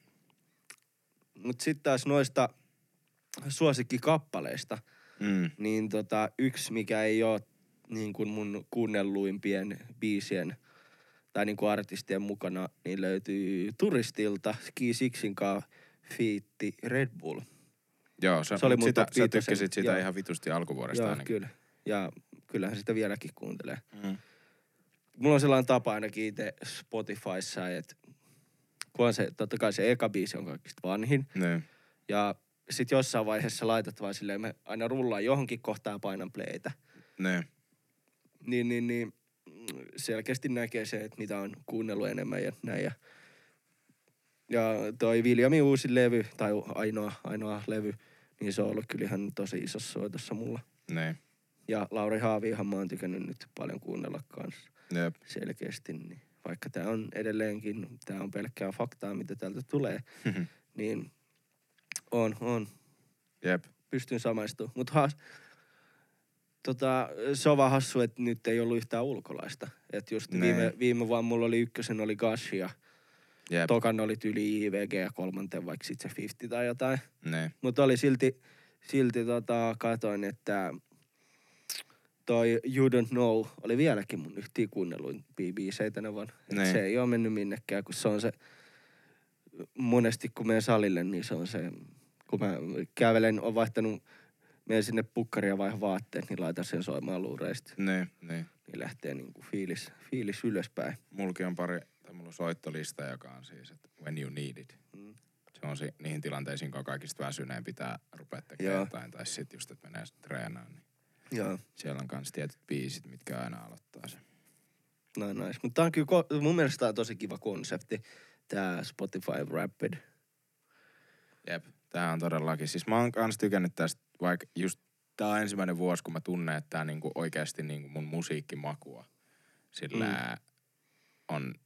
Speaker 1: Mutta sitten taas noista suosikkikappaleista,
Speaker 2: Mm.
Speaker 1: niin tota, yksi, mikä ei ole niin kuin mun kuunnelluimpien biisien tai niin kuin artistien mukana, niin löytyy Turistilta Ski Sixin kanssa fiitti Red Bull.
Speaker 2: Joo, sä,
Speaker 1: Se oli
Speaker 2: mut
Speaker 1: mun
Speaker 2: sitä,
Speaker 1: top
Speaker 2: sä
Speaker 1: viitosen.
Speaker 2: tykkäsit sitä
Speaker 1: Joo.
Speaker 2: ihan vitusti alkuvuodesta
Speaker 1: Joo,
Speaker 2: ainakin.
Speaker 1: kyllä. Ja kyllähän sitä vieläkin kuuntelee.
Speaker 2: Mm.
Speaker 1: Mulla on sellainen tapa ainakin itse Spotifyssa, että kun on se, totta kai se eka biisi on kaikista vanhin.
Speaker 2: Niin.
Speaker 1: Ja sit jossain vaiheessa laitat vaan silleen, me aina rullaan johonkin kohtaan painan playtä.
Speaker 2: Niin.
Speaker 1: Niin, niin, niin selkeästi näkee se, että mitä on kuunnellut enemmän ja näin. Ja, ja toi Williamin uusi levy, tai ainoa, ainoa levy, niin se on ollut kyllä ihan tosi isossa soitossa mulla.
Speaker 2: Niin.
Speaker 1: Ja Lauri Haaviahan mä oon tykännyt nyt paljon kuunnella kanssa
Speaker 2: Jep.
Speaker 1: selkeästi. Niin vaikka tää on edelleenkin, tää on pelkkää faktaa, mitä täältä tulee, niin on, on.
Speaker 2: Jep.
Speaker 1: Pystyn samaistumaan. Mutta has, tota, se on vaan hassu, että nyt ei ollut yhtään ulkolaista. Että just
Speaker 2: Nee.
Speaker 1: viime, viime vuonna mulla oli ykkösen oli Gashi ja
Speaker 2: Jep.
Speaker 1: tokan oli tyyli I V G ja kolmanten vaikka sit se viisikymmentä tai jotain.
Speaker 2: Niin.
Speaker 1: Mutta oli silti, silti tota, katoin, että toi You Don't Know oli vieläkin mun yhtiä kuunnelluin biisejä tänä vuonna.
Speaker 2: Niin.
Speaker 1: Se ei oo mennyt minnekään, kun se on se, monesti kun menen salille, niin se on se, kun mä kävelen, on vaihtanut, menen sinne pukkariin ja vaihan vaatteet, niin laitan sen soimaan luureista.
Speaker 2: Niin, niin.
Speaker 1: Niin lähtee niinku fiilis, fiilis ylöspäin.
Speaker 2: Mulki on pari, tai mulla on soittolista, joka on siis, että When You Need It. Mm. Se on si- niihin tilanteisiin, kun on kaikista väsyneen, pitää rupea tekemään jotain, tai sit just, että menee treenaan, niin
Speaker 1: Joo.
Speaker 2: siellä on kans tietyt biisit, mitkä aina aloittaa sen.
Speaker 1: No nice. Mutta tää on kyllä, ko- mun mielestä tää on tosi kiva konsepti, tää Spotify Wrapped.
Speaker 2: Jep, tää on todellakin. Siis mä oon kans tykännyt tästä, vaikka just tää on ensimmäinen vuosi, kun mä tunnen, että tää niinku oikeesti niinku mun musiikkimakua sillä mm. on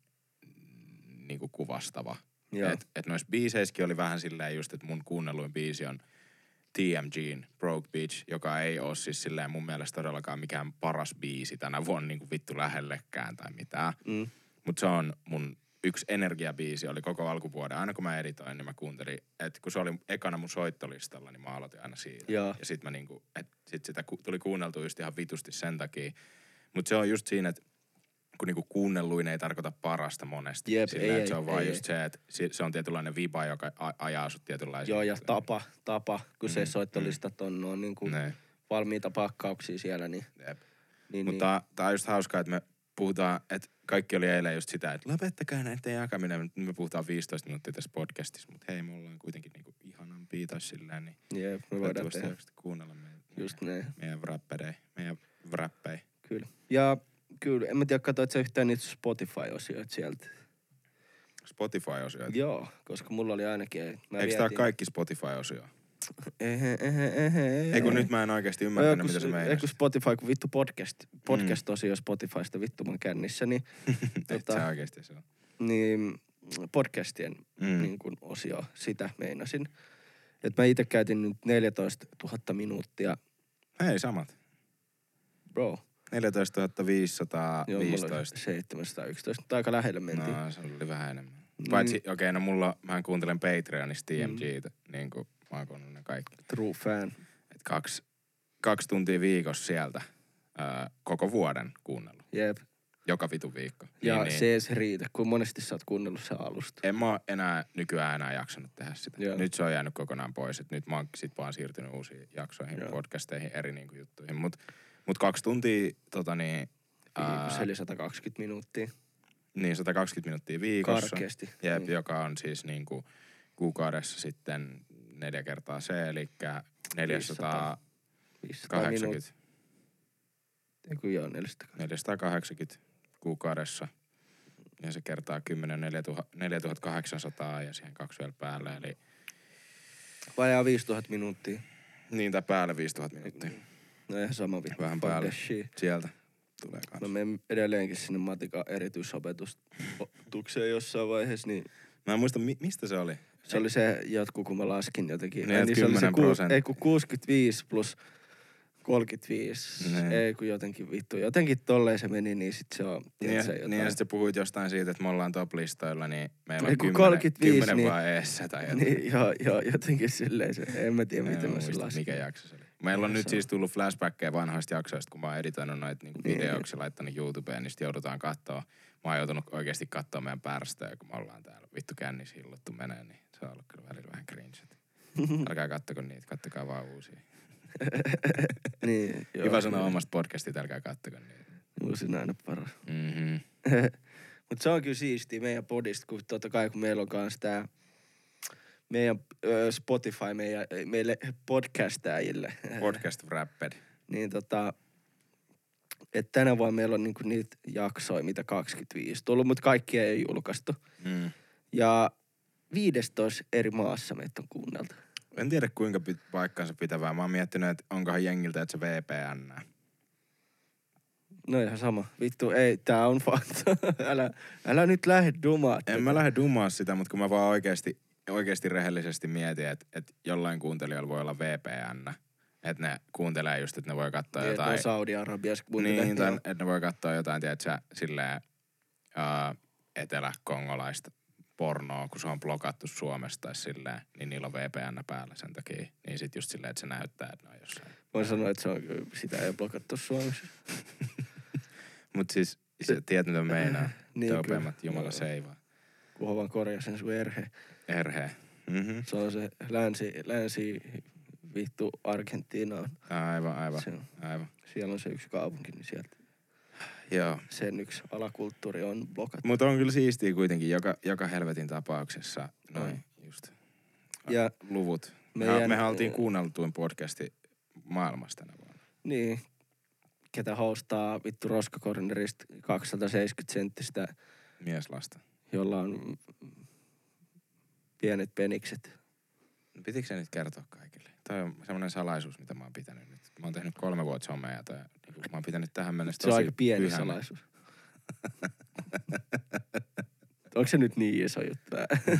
Speaker 2: niinku kuvastava. Että et noissa biiseissäkin oli vähän silleen just, että mun kuunnelluin biisi on T M G:n Broke Bitch, joka ei oo siis silleen mun mielestä todellakaan mikään paras biisi tänä vuonna niinku vittu lähellekään tai mitään. Mm. Mut se on mun yksi energiabiisi, oli koko alkuvuoden. Aina kun mä editoin, niin mä kuuntelin, että kun se oli ekana mun soittolistalla, niin mä aloitin aina siitä. Ja, ja sit mä niinku, että sit sitä ku, tuli kuunneltua just ihan vitusti sen takia. Mut se on just siinä, että kun niinku kuunnelluin ei tarkoita parasta monesti.
Speaker 1: Jep,
Speaker 2: Silleen,
Speaker 1: ei,
Speaker 2: että se on
Speaker 1: ei,
Speaker 2: vaan
Speaker 1: ei,
Speaker 2: just ei. se, että se on tietynlainen viba, joka ajaa sut tietynlaisiin.
Speaker 1: Joo, ja tapa, tapa, kun mm, se soittolistat on, on niinku ne. valmiita pakkauksia siellä, niin...
Speaker 2: Jep.
Speaker 1: niin
Speaker 2: mutta
Speaker 1: niin.
Speaker 2: tää on just hauskaa, että me puhutaan, että kaikki oli eilen just sitä, että lopettakaa näiden jakaminen. Nyt me puhutaan viisitoista minuuttia tässä podcastissa, mutta hei, me ollaan kuitenkin niinku ihanampia tai silleen, niin
Speaker 1: Jep, me voidaan tehdä.
Speaker 2: Kuunnella meidän,
Speaker 1: just meidän,
Speaker 2: meidän räppädei, meidän räppei.
Speaker 1: Kyllä. Ja kyllä, en mä tiedä, katsoit sä yhtään niitä Spotify-osioita sieltä.
Speaker 2: Spotify-osioita?
Speaker 1: Joo, koska mulla oli ainakin... Mä
Speaker 2: Eikö
Speaker 1: vietin...
Speaker 2: tää kaikki Spotify-osioita?
Speaker 1: Ehe, ehe, ehe,
Speaker 2: ei kun nyt mä en oikeesti ymmärtänyt, mitä se meinasi.
Speaker 1: Ei kun Spotify, kun vittu podcast, podcast-osio Spotifysta vittu mun kännissä, niin...
Speaker 2: tota, se oikeesti se on.
Speaker 1: Niin podcastien mm. niin kun osio, sitä meinasin. Että mä ite käytin nyt neljätoista tuhatta minuuttia.
Speaker 2: Hei, samat.
Speaker 1: Bro.
Speaker 2: neljätoista tuhatta viisisataaviisitoista.
Speaker 1: Joo, seitsemänsataayksitoista, mutta aika lähelle mentiin.
Speaker 2: No, se oli vähän enemmän. Mm. Paitsi, okei, okay, no mulla, mä kuuntelen Patreonista T M G:tä, mm. niin kuin mä oon kuunnellut ne kaikki.
Speaker 1: True fan.
Speaker 2: Et kaksi, kaksi tuntia viikossa sieltä ää, koko vuoden kuunnellut.
Speaker 1: Jep.
Speaker 2: Joka vitun viikko.
Speaker 1: Ja
Speaker 2: niin, niin.
Speaker 1: se ei se riitä, kun monesti sä oot kuunnellut sen alusta.
Speaker 2: En mä enää nykyään enää jaksanut tehdä sitä.
Speaker 1: Joo.
Speaker 2: Nyt se on jäänyt kokonaan pois. Et nyt mä oon sit vaan siirtynyt uusiin jaksoihin, Joo. podcasteihin, eri niinku juttuihin. Mut, mut kaksi tuntia tota niin...
Speaker 1: Viikossa eli sata kaksikymmentä minuuttia.
Speaker 2: Niin, sata kaksikymmentä minuuttia viikossa.
Speaker 1: Karkeasti.
Speaker 2: Jep,
Speaker 1: niin.
Speaker 2: Joka on siis niinku kuukaudessa sitten neljä kertaa se, eli neljäsataakahdeksankymmentä.
Speaker 1: Eiku joo, neljäsataakahdeksankymmentä.
Speaker 2: neljäsataakahdeksankymmentä kuukaudessa. Ja se kertaa kymmenen, neljätuhattakahdeksansataa ja siihen kaksi vielä päälle, eli...
Speaker 1: Vajaa viisituhatta minuuttia.
Speaker 2: Niin, tai päälle viisituhatta minuuttia.
Speaker 1: No ihan sama vittu.
Speaker 2: Vähän päälle. Sieltä tulee kanssa.
Speaker 1: Mä menen edelleenkin sinne matikan erityisopetukseen jossain vaiheessa, niin...
Speaker 2: Mä en muista, mi- mistä se oli.
Speaker 1: Se oli se jatku, kun mä laskin jotenkin.
Speaker 2: Niin,
Speaker 1: niin
Speaker 2: kymmenen prosenttia.
Speaker 1: Ei kun kuusikymmentäviisi plus kolmekymmentäviisi. Ne. Ei kun jotenkin vittu. Jotenkin tolleen se meni, niin sit se on...
Speaker 2: Niin, ja, niin ja sit sä puhuit jostain siitä, että me ollaan top-listoilla, niin meillä on kymmenen
Speaker 1: niin,
Speaker 2: vaan eessä tai jotain.
Speaker 1: Niin, joo, joo, jotenkin silleen se. En mä tiedä, miten mä sen laskin.
Speaker 2: Mikä jakso se oli. Meillä on nyt siis tullut flashbackkejä vanhoista jaksoista, kun mä oon editoinut noita niinku videoiksi ja laittanut YouTubeen, niin sit joudutaan kattoo. Mä oon joutunut oikeesti kattoo meidän pärstöjä, kun me ollaan täällä vittu kännissä hillottu menee, niin se on ollut kyllä välillä vähän cringe. Älkää kattoko niitä, kattokaa vaan uusia.
Speaker 1: Niin, joo.
Speaker 2: Hyvä sanoa omasta podcastit, älkää kattoko niitä.
Speaker 1: Uusin aina paras.
Speaker 2: Mm-hmm.
Speaker 1: Mut se on kyllä siistiä meidän podista, kun totta kai kun meillä on kans tää meidän ö, Spotify meidän, meille podcastajille.
Speaker 2: Podcast Wrapped.
Speaker 1: Niin tota, että tänä vuonna meillä on niinku niitä jaksoja, mitä kaksikymmentäviisi tullut, mutta kaikkia ei julkaistu. Mm. Ja viisitoista eri maassa meitä on kuunneltu.
Speaker 2: En tiedä kuinka pit- paikkansa pitävää. Mä oon miettinyt, että onkohan jengiltä, että se V P N.
Speaker 1: No ihan sama. Vittu, ei, tää on fakta. älä, älä nyt lähde dumaa.
Speaker 2: En mä lähde dumaa sitä, mutta kun mä vaan oikeesti, oikeesti rehellisesti mietin, että, että jollain kuuntelijoilla voi olla V P N. Että ne kuuntelee just, että ne voi katsoa
Speaker 1: niin,
Speaker 2: jotain...
Speaker 1: Saudi-Arabiassa
Speaker 2: niin, tai, että ne voi katsoa jotain, tiedätkö, silleen uh, etelä-kongolaista pornoa, kun se on blokattu Suomesta tai silleen, niin niillä on V P N päällä sen takia. Niin sit just silleen, että se näyttää, että ne on jossain.
Speaker 1: Mä sanoin, että se on, sitä ei ole blokattu Suomessa.
Speaker 2: Mut siis se tiedät mitä meinaa.
Speaker 1: Niin,
Speaker 2: Dopeimmat jumala seivaa.
Speaker 1: Kunhan vaan korjaa sen sun erhe.
Speaker 2: Erhe. Mm-hmm.
Speaker 1: Se on se länsi, länsi vittu Argentiina on.
Speaker 2: Aivan, aivan,
Speaker 1: Se on.
Speaker 2: aivan.
Speaker 1: Siellä on se yksi kaupunki, niin sieltä
Speaker 2: Joo.
Speaker 1: sen yksi alakulttuuri on blokattu.
Speaker 2: Mutta on kyllä siistiä kuitenkin joka, joka helvetin tapauksessa noin
Speaker 1: Ai.
Speaker 2: just
Speaker 1: Ja
Speaker 2: luvut.
Speaker 1: meidän-
Speaker 2: Mehän, mehän oltiin kuunneltuin podcasti maailmasta tänä vuonna.
Speaker 1: niin, ketä hostaa vittu roskakornerista kaksisataaseitsemänkymmentä senttistä,
Speaker 2: Mieslasta.
Speaker 1: jolla on pienet penikset.
Speaker 2: Pitikö se nyt kertoa kaikille? Toi on semmoinen salaisuus, mitä mä oon pitänyt nyt. Mä oon tehnyt kolme vuotta somea ja toi, niin mä oon pitänyt tähän mennessä
Speaker 1: Se on
Speaker 2: tosi
Speaker 1: aika pieni
Speaker 2: pyhänä.
Speaker 1: salaisuus. Onko se nyt niin iso juttu?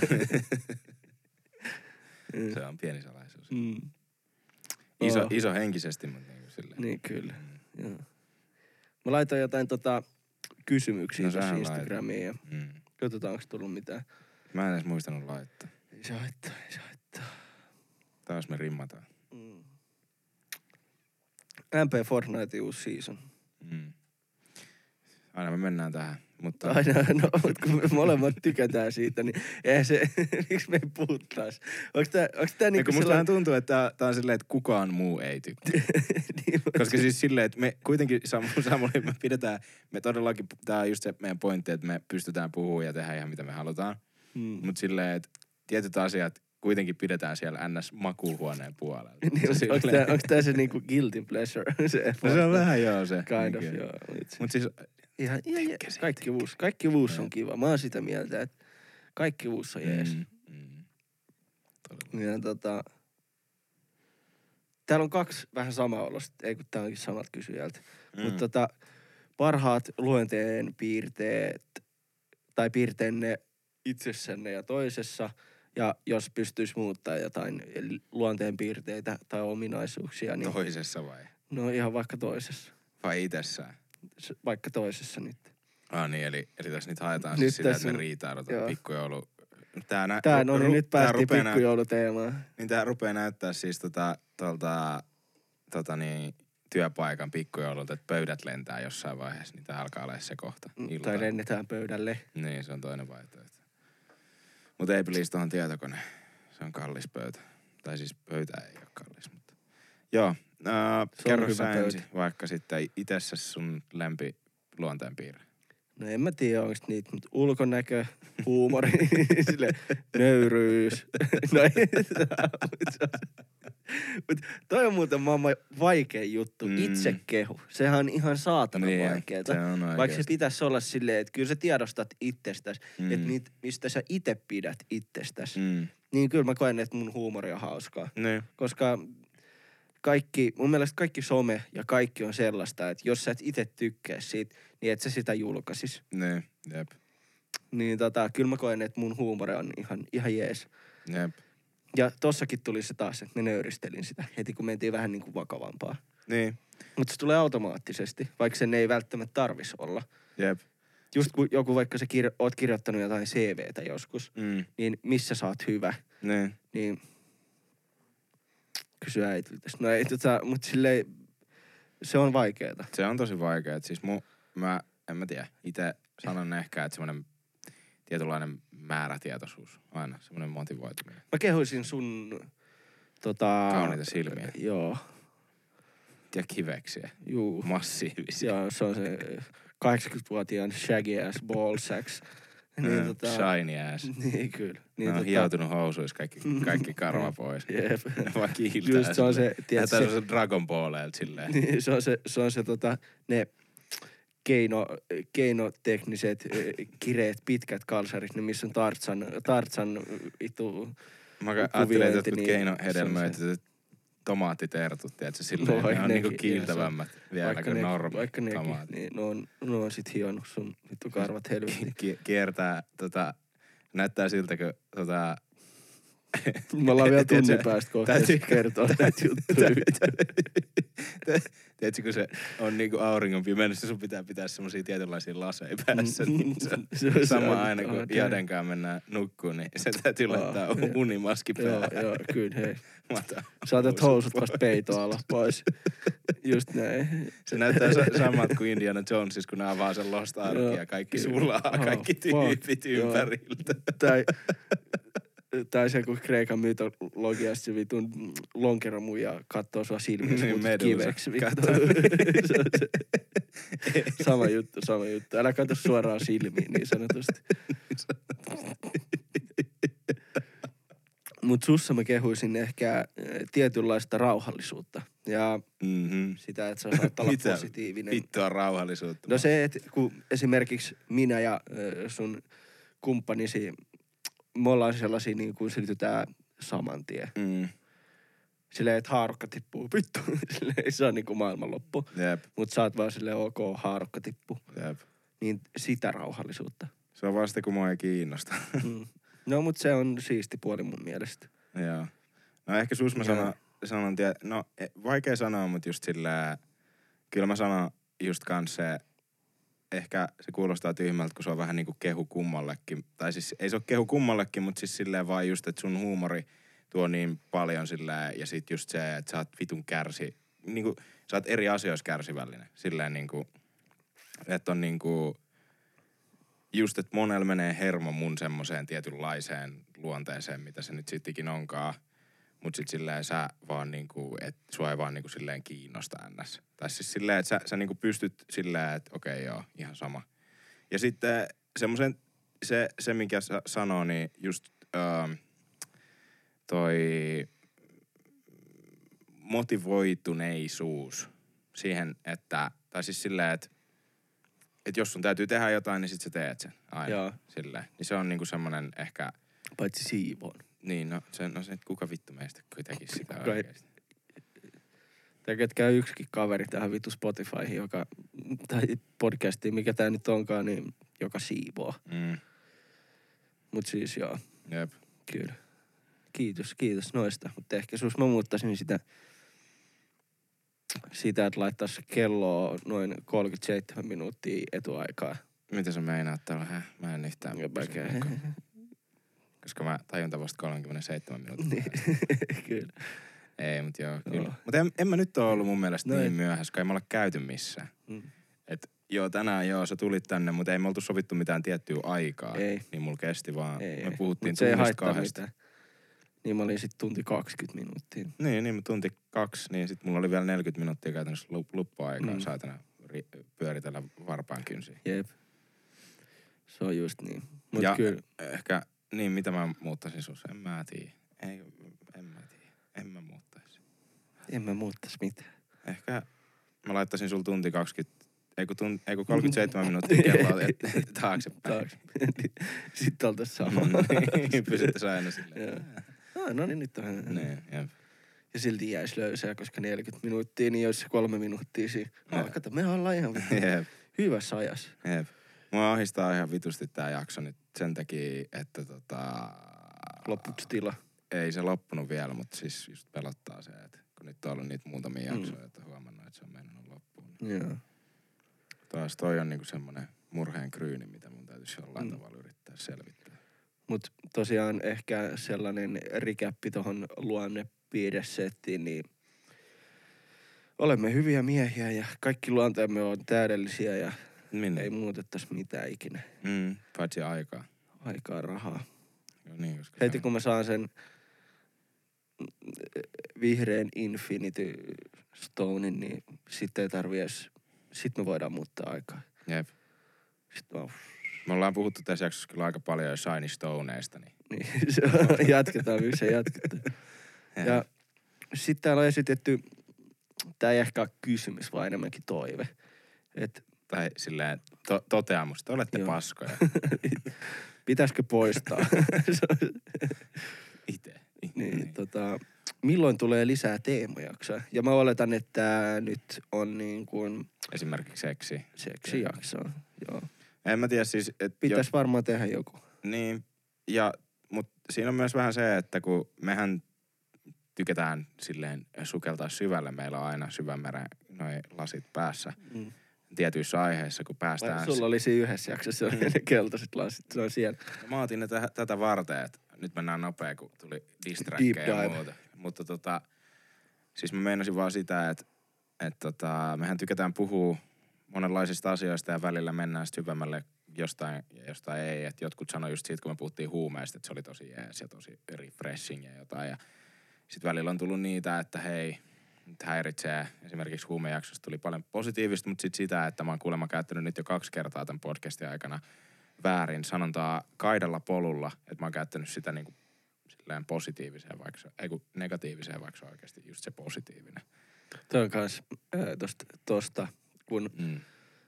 Speaker 2: Se on pieni salaisuus.
Speaker 1: mm.
Speaker 2: Iso,
Speaker 1: Oh.
Speaker 2: iso henkisesti, mutta niin kuin silleen.
Speaker 1: Niin kyllä.
Speaker 2: Mm.
Speaker 1: Joo. Mä laitoin jotain tota kysymyksiä
Speaker 2: No
Speaker 1: no, tässä
Speaker 2: sähän
Speaker 1: Instagramiin ja
Speaker 2: Mm.
Speaker 1: katsotaan, onko tullut mitään.
Speaker 2: Mä en edes muistanut laittaa.
Speaker 1: Ei se haittaa, ei se haittaa.
Speaker 2: Taas me rimmataan.
Speaker 1: Mm. M P Fortnite uusi season.
Speaker 2: Mm. Aina me mennään tähän, mutta...
Speaker 1: Aina, no, mutta kun me molemmat tykätään siitä, niin eihän se, miksi me ei puhuttais? Onks tää, onks tää
Speaker 2: Niinku
Speaker 1: niinku
Speaker 2: musta
Speaker 1: sellainen...
Speaker 2: vähän tuntuu, että tää, tää on silleen, että kukaan muu ei tykkää.
Speaker 1: niin,
Speaker 2: Koska siis silleen, että me kuitenkin Samu, Samuli, me pidetään, me todellakin, tää on just se meidän pointti, että me pystytään puhumaan ja tehdä ihan mitä me halutaan.
Speaker 1: mm.
Speaker 2: Mut silleen, että tietyt asiat kuitenkin pidetään siellä N S-makuuhuoneen puolella.
Speaker 1: niin,
Speaker 2: Se
Speaker 1: onks,
Speaker 2: silleen-
Speaker 1: tää, onks tää se niinku guilty pleasure? se,
Speaker 2: No se on vähän joo se.
Speaker 1: Kind of,
Speaker 2: Niin
Speaker 1: joo. Itse.
Speaker 2: Mut siis,
Speaker 1: Ihan, ihan,
Speaker 2: Tykkää siitä,
Speaker 1: kaikki uusi, kaikki uusi on kiva. Mä oon sitä mieltä, että kaikki uusi on jees.
Speaker 2: mm, mm, todella.
Speaker 1: Ja tota... Täällä on kaksi vähän samaa olosta, ei kun tää onkin samalta kysyjältä.
Speaker 2: Mm.
Speaker 1: Mutta tota, parhaat luonteen piirteet, tai piirteenne itsessänne ja toisessa, ja jos pystyisi muuttaa jotain luonteen piirteitä tai ominaisuuksia, niin
Speaker 2: Toisessa vai?
Speaker 1: no ihan vaikka toisessa.
Speaker 2: Vai itsessään?
Speaker 1: S- Vaikka toisessa nyt.
Speaker 2: Ah niin, eli, eli tässä nyt haetaan
Speaker 1: Nyt
Speaker 2: siis sitä,
Speaker 1: tässä
Speaker 2: että me
Speaker 1: on-
Speaker 2: riitaudutaan
Speaker 1: joo.
Speaker 2: pikkujoulu. Tää, nä,
Speaker 1: Tää, no niin,
Speaker 2: ru-
Speaker 1: nyt
Speaker 2: tää
Speaker 1: päästiin
Speaker 2: rupeaa nä-
Speaker 1: pikkujouluteemaan.
Speaker 2: Niin tää rupeaa näyttää siis tota, tuolta, tota niin, työpaikan pikkujoululta, että pöydät lentää jossain vaiheessa, niin tää alkaa olla se kohta. Ilta.
Speaker 1: Tai lennetään pöydälle.
Speaker 2: Niin, se on toinen vaihtoehto. Mutta ei please tohon tietokone. Se on kallis pöytä. Tai siis pöytä ei ole kallis, mutta... Joo, äh, kerro
Speaker 1: hyvä
Speaker 2: sä
Speaker 1: pöytä.
Speaker 2: ensin, vaikka sitten itsessä sun lempi luonteenpiirre.
Speaker 1: No en mä tiedä, onko niitä, mutta ulkonäkö, huumori, sille nöyryys. No ei, mutta toi on muuten maailman vaikea juttu,
Speaker 2: Mm.
Speaker 1: itsekehu. Sehän on ihan saatana
Speaker 2: Niin,
Speaker 1: vaikeeta.
Speaker 2: se on
Speaker 1: Vaikka se
Speaker 2: oikeesti.
Speaker 1: pitäisi olla silleen, että kyllä sä tiedostat itsestäsi,
Speaker 2: Mm.
Speaker 1: että niitä, mistä sä itse pidät itsestäsi.
Speaker 2: Mm.
Speaker 1: Niin kyllä mä koen, että mun huumori on hauskaa.
Speaker 2: Niin.
Speaker 1: Koska kaikki, mun mielestä kaikki some ja kaikki on sellaista, että jos sä et itse tykkää siitä, niin et sä sitä julkaisis.
Speaker 2: Niin, jep.
Speaker 1: Niin tota, kyllä mä koen, että mun huumori on ihan, ihan jees.
Speaker 2: Jep.
Speaker 1: Ja tossakin tuli se taas, että me nöyristelin sitä heti, kun mentiin vähän niin kuin vakavampaa.
Speaker 2: Niin,
Speaker 1: Mutta se tulee automaattisesti, vaikka sen ei välttämättä tarvis olla.
Speaker 2: jep.
Speaker 1: Just kun joku, vaikka sä kir- oot kirjoittanut jotain C V:tä joskus,
Speaker 2: Mm.
Speaker 1: niin missä sä oot hyvä,
Speaker 2: Niin.
Speaker 1: niin kysy äitiltä. No ei tota, mut silleen, se on vaikeeta.
Speaker 2: Se on tosi vaikea. Siis mu, mä, en mä tiedä. Itse sanon ehkä, että semmoinen tietynlainen määrätietoisuus. Aina semmoinen motivoituminen.
Speaker 1: Mä kehuisin sun tota...
Speaker 2: Kauniita silmiä.
Speaker 1: Joo,
Speaker 2: Ja kiveksiä.
Speaker 1: juu.
Speaker 2: Massiivisia.
Speaker 1: Joo, se on se kahdeksankymmentävuotiaan shaggy ass ball sacks.
Speaker 2: Niin, tota... Shiny ass.
Speaker 1: Niin, kyllä.
Speaker 2: Niin,
Speaker 1: Niin,
Speaker 2: on hioutunut housuissa kaikki, kaikki karva pois.
Speaker 1: Jep.
Speaker 2: Ne vaan kiiltää.
Speaker 1: Just se on se, tiedätkö,
Speaker 2: Tämä
Speaker 1: se,
Speaker 2: on se Dragon Balleilta silleen.
Speaker 1: niin, se on se, se on se tota, ne keino, keinotekniset eh, kireet pitkät kalsarit, ne missä on Tartsan, Tartsan itu,
Speaker 2: Mä ajattelin, että
Speaker 1: kuviointi,
Speaker 2: jotkut
Speaker 1: niin
Speaker 2: keinohedelmöityt tomaattitertut, tiedätkö, silleen,
Speaker 1: No,
Speaker 2: ne on
Speaker 1: nekin,
Speaker 2: niinku kiiltävämmät vielä
Speaker 1: vaikka,
Speaker 2: kuin
Speaker 1: ne,
Speaker 2: normi
Speaker 1: vaikka nekin,
Speaker 2: tomaatit.
Speaker 1: niin ne on, ne on sit hionnut sun vittu karvat helvettiin.
Speaker 2: Ki- kiertää, tota, näyttää siltä, kun tota,
Speaker 1: Me ollaan vielä tunnin
Speaker 2: Tiedätkö,
Speaker 1: päästä kohta
Speaker 2: täytyy-
Speaker 1: kertoa näitä juttuja.
Speaker 2: Tiedätkö, kun se on niinku auringon pimeydessä, sun pitää pitää semmosia tietynlaisia laseja päässä. Niin se on
Speaker 1: Se on
Speaker 2: sama
Speaker 1: se
Speaker 2: aina,
Speaker 1: on-
Speaker 2: kun
Speaker 1: oh,
Speaker 2: Jadenkaan mennään nukkuun, niin se täytyy
Speaker 1: Oh,
Speaker 2: laittaa
Speaker 1: joo.
Speaker 2: unimaski
Speaker 1: Joo,
Speaker 2: päähän.
Speaker 1: joo, kyllä, hei.
Speaker 2: Mato.
Speaker 1: Saatat housut vasta peitoa alla pois. Just näin.
Speaker 2: Se näyttää sa- samalta kuin Indiana Jonesis, kun ne avaa sen Lost Arkia
Speaker 1: Joo,
Speaker 2: ja kaikki
Speaker 1: kyllä.
Speaker 2: sulaa,
Speaker 1: Oh,
Speaker 2: kaikki
Speaker 1: fuck,
Speaker 2: tyypit
Speaker 1: joo.
Speaker 2: ympäriltä.
Speaker 1: Tai, tai se, kun Kreikan mytologiassa se vitun lonkeromuija kattoo sua silmissä,
Speaker 2: Niin,
Speaker 1: mutta
Speaker 2: Medusa
Speaker 1: kiveksi. Vittu.
Speaker 2: kattoo.
Speaker 1: Se on se. Sama juttu, sama juttu. Älä katso suoraan silmiin, niin sanotusti. Mut sussa mä kehuisin ehkä eh, tietynlaista rauhallisuutta. Ja
Speaker 2: Mm-hmm.
Speaker 1: sitä, että sä saat olla
Speaker 2: Mitä
Speaker 1: positiivinen.
Speaker 2: vittua rauhallisuutta?
Speaker 1: No se, että kun esimerkiksi minä ja ö, sun kumppanisi, me ollaan sellaisia niin kuin selitytään saman tien.
Speaker 2: Mm.
Speaker 1: Silleen, että haarukka tippuu, vittu. Silleen, ei se ole niin kuin maailmanloppu.
Speaker 2: Jep,
Speaker 1: Mutta sä oot vaan silleen, ok, haarukka tippuu.
Speaker 2: jep.
Speaker 1: Niin sitä rauhallisuutta.
Speaker 2: Se on vasta, kun mua ei kiinnosta.
Speaker 1: Mm. No, mutta se on siisti puoli mun mielestä.
Speaker 2: Joo. No ehkä sus mä
Speaker 1: Joo.
Speaker 2: sanon, sanon tie, no e- vaikea sanoa, mutta just sillä, kyllä mä sanon just kans se, ehkä se kuulostaa tyhmältä, kun se on vähän niinku kehu kummallekin. Tai siis ei se ole kehu kummallekin, mutta siis silleen vaan just, että sun huumori tuo niin paljon silleen, ja sit just se, että sä oot vitun kärsi, niinku, sä oot eri asioissa kärsivällinen. Silleen niinku, että on niinku, just, että monella menee hermo mun semmoseen tietynlaiseen luonteeseen, mitä se nyt sittenkin onkaan. Mut sit silleen sä vaan niinku, että sua ei vaan niinku silleen kiinnosta ns. Tai siis silleen, että sä, sä niinku pystyt silleen, että okei okay, joo, ihan sama. Ja sitten semmosen, se, se mikä sa- sanoo, niin just öö, toi motivoituneisuus siihen, että, tai siis silleen, että että jos sun täytyy tehdä jotain, niin sit sä teet sen aina.
Speaker 1: Joo.
Speaker 2: Silleen. Niin se on niinku semmonen ehkä,
Speaker 1: Paitsi siivoon.
Speaker 2: niin no se, no se, että kuka vittu meistä kyllä tekisi sitä
Speaker 1: Kuka ei-
Speaker 2: oikeesti.
Speaker 1: Tai ketkä yksikin kaveri tähän vittu Spotifyhin, joka, tai podcastiin, mikä tää nyt onkaan, niin joka siivoo.
Speaker 2: Mm,
Speaker 1: Mut siis joo,
Speaker 2: jep.
Speaker 1: kyllä. Kiitos, kiitos noista. Mutta ehkä sus mä muuttaisin sitä, sitä, että laittaisi kelloa noin kolmekymmentäseitsemän minuuttia etuaikaa.
Speaker 2: Mitä sä meinaat tällä? Häh? Mä en yhtään
Speaker 1: Ja
Speaker 2: pysy
Speaker 1: päkää.
Speaker 2: mukaan. Koska mä tajun vasta kolmekymmentäseitsemän minuuttia.
Speaker 1: Niin, kyllä.
Speaker 2: Ei, mut joo, kyllä.
Speaker 1: Joo.
Speaker 2: Mut en, en mä nyt oo ollut mun mielestä
Speaker 1: No
Speaker 2: niin
Speaker 1: ei.
Speaker 2: myöhässä, kun ei me olla käyty missään.
Speaker 1: Mm.
Speaker 2: Et joo, tänään joo, sä tulit tänne, mutta ei me oltu sovittu mitään tiettyä aikaa.
Speaker 1: Ei.
Speaker 2: Niin mulla kesti vaan,
Speaker 1: Ei,
Speaker 2: me
Speaker 1: ei.
Speaker 2: puhuttiin
Speaker 1: Mut se ei
Speaker 2: tunnista
Speaker 1: haittaa
Speaker 2: kahdesta.
Speaker 1: mitään. Niin mä olin sit tunti kaksikymmentä minuuttia.
Speaker 2: Niin, niin, mä tunti kaksi, niin sit mulla oli vielä neljäkymmentä minuuttia käytännössä lup- luppuaikaa,
Speaker 1: Mm.
Speaker 2: mm. saatana ri- pyöritellä varpaan kynsiä.
Speaker 1: Jep. Se on just niin. Mut
Speaker 2: Ja
Speaker 1: kyllä.
Speaker 2: ehkä, niin mitä mä muuttaisin sus, en mä tiedä. Ei, en mä tiedä, en mä muuttaisi.
Speaker 1: En mä muuttais mitään.
Speaker 2: Ehkä mä laittaisin sul tunti kaksikymmentä, ei kun, tunt, ei kun kolmekymmentäseitsemän minuuttia kelloa et, et, taaksepäin.
Speaker 1: Taakse. Sitten oltais sama.
Speaker 2: Mm, niin, pysyttäisiin aina silleen.
Speaker 1: Joo. Ah, no niin, nyt on.
Speaker 2: Niin, jep.
Speaker 1: Ja silti jäisi löysää, koska neljäkymmentä minuuttia, niin jos se kolme minuuttia siinä.
Speaker 2: Joo.
Speaker 1: No, kato, me ollaan ihan vittu
Speaker 2: Jep,
Speaker 1: hyvässä ajassa.
Speaker 2: jep. Mua ahdistaa ihan vitusti tää jakso nyt sen takia, että tota...
Speaker 1: Loppuks tila.
Speaker 2: Ei se loppunut vielä, mutta siis just pelottaa se, että kun nyt on ollut niitä muutamia
Speaker 1: Mm.
Speaker 2: jaksoja, että huomannut, että se on mennyt loppuun. Niin
Speaker 1: Joo.
Speaker 2: taas toi on niinku semmonen murheen kryyni, mitä mun täytyisi jollain
Speaker 1: Mm.
Speaker 2: tavalla yrittää selvittää.
Speaker 1: Mut tosiaan ehkä sellainen rikäppi tohon luonnepiirresettiin, niin olemme hyviä miehiä ja kaikki luonteemme on täydellisiä ja
Speaker 2: Minne?
Speaker 1: ei muutettais mitään ikinä.
Speaker 2: Mm, paitsi aikaa.
Speaker 1: Aikaa rahaa.
Speaker 2: Joo niin, koska
Speaker 1: Heti
Speaker 2: se-
Speaker 1: kun mä saan sen vihreän Infinity Stonein, niin sitten ei tarvi edes, sit me voidaan muuttaa aikaa.
Speaker 2: Jep.
Speaker 1: Sitten vaan,
Speaker 2: Me ollaan puhuttu tässä jaksossa kyllä aika paljon jo Shiny Stoneista, niin...
Speaker 1: niin se on, jatketaan, miksei jatketaan. Ja sitten täällä on esitetty, tää ei ehkä ole kysymys, vaan enemmänkin toive. Et
Speaker 2: Tai silleen to- toteamus, te olette
Speaker 1: Joo.
Speaker 2: paskoja.
Speaker 1: pitäisikö poistaa?
Speaker 2: Ite.
Speaker 1: niin, tota, milloin tulee lisää teemajaksoja? Ja mä oletan, että tää nyt on niin kuin
Speaker 2: Esimerkiksi seksi.
Speaker 1: seksijaksoa. Joo.
Speaker 2: En mä tiedä siis, että...
Speaker 1: Pitäis varmaan tehdä joku.
Speaker 2: Niin, ja mut siinä on myös vähän se, että kun mehän tykätään silleen sukeltaa syvälle. Meillä on aina syvämeren noi lasit päässä mm. tietyissä aiheissa, kun päästään...
Speaker 1: Vai sulla oli siinä yhdessä jaksossa ne keltaiset lasit, se on siellä.
Speaker 2: No, mä otin ne täh- tätä varten, että nyt mennään nopea, kun tuli distrackeja ja muuta. Mutta tota, siis mä meinasin vaan sitä, että et tota, mehän tykätään puhua monenlaisista asioista ja välillä mennään sitten syvemmälle jostain ja jostain ei. Et jotkut sanoi just siitä, kun me puhuttiin huumeista, että se oli tosi jees ja tosi refreshing ja jotain. Ja sitten välillä on tullut niitä, että hei, nyt häiritsee. Esimerkiksi huumejaksosta tuli paljon positiivista, mutta sitten sitä, että mä oon kuulemma käyttänyt nyt jo kaksi kertaa tämän podcastin aikana väärin sanontaa kaidalla polulla. Että mä oon käyttänyt sitä niinku silleen positiiviseen, vaikka se, ei kun negatiiviseen, vaikka se on oikeasti just se positiivinen.
Speaker 1: Toi on kans äh, tosta, tosta kun, mm.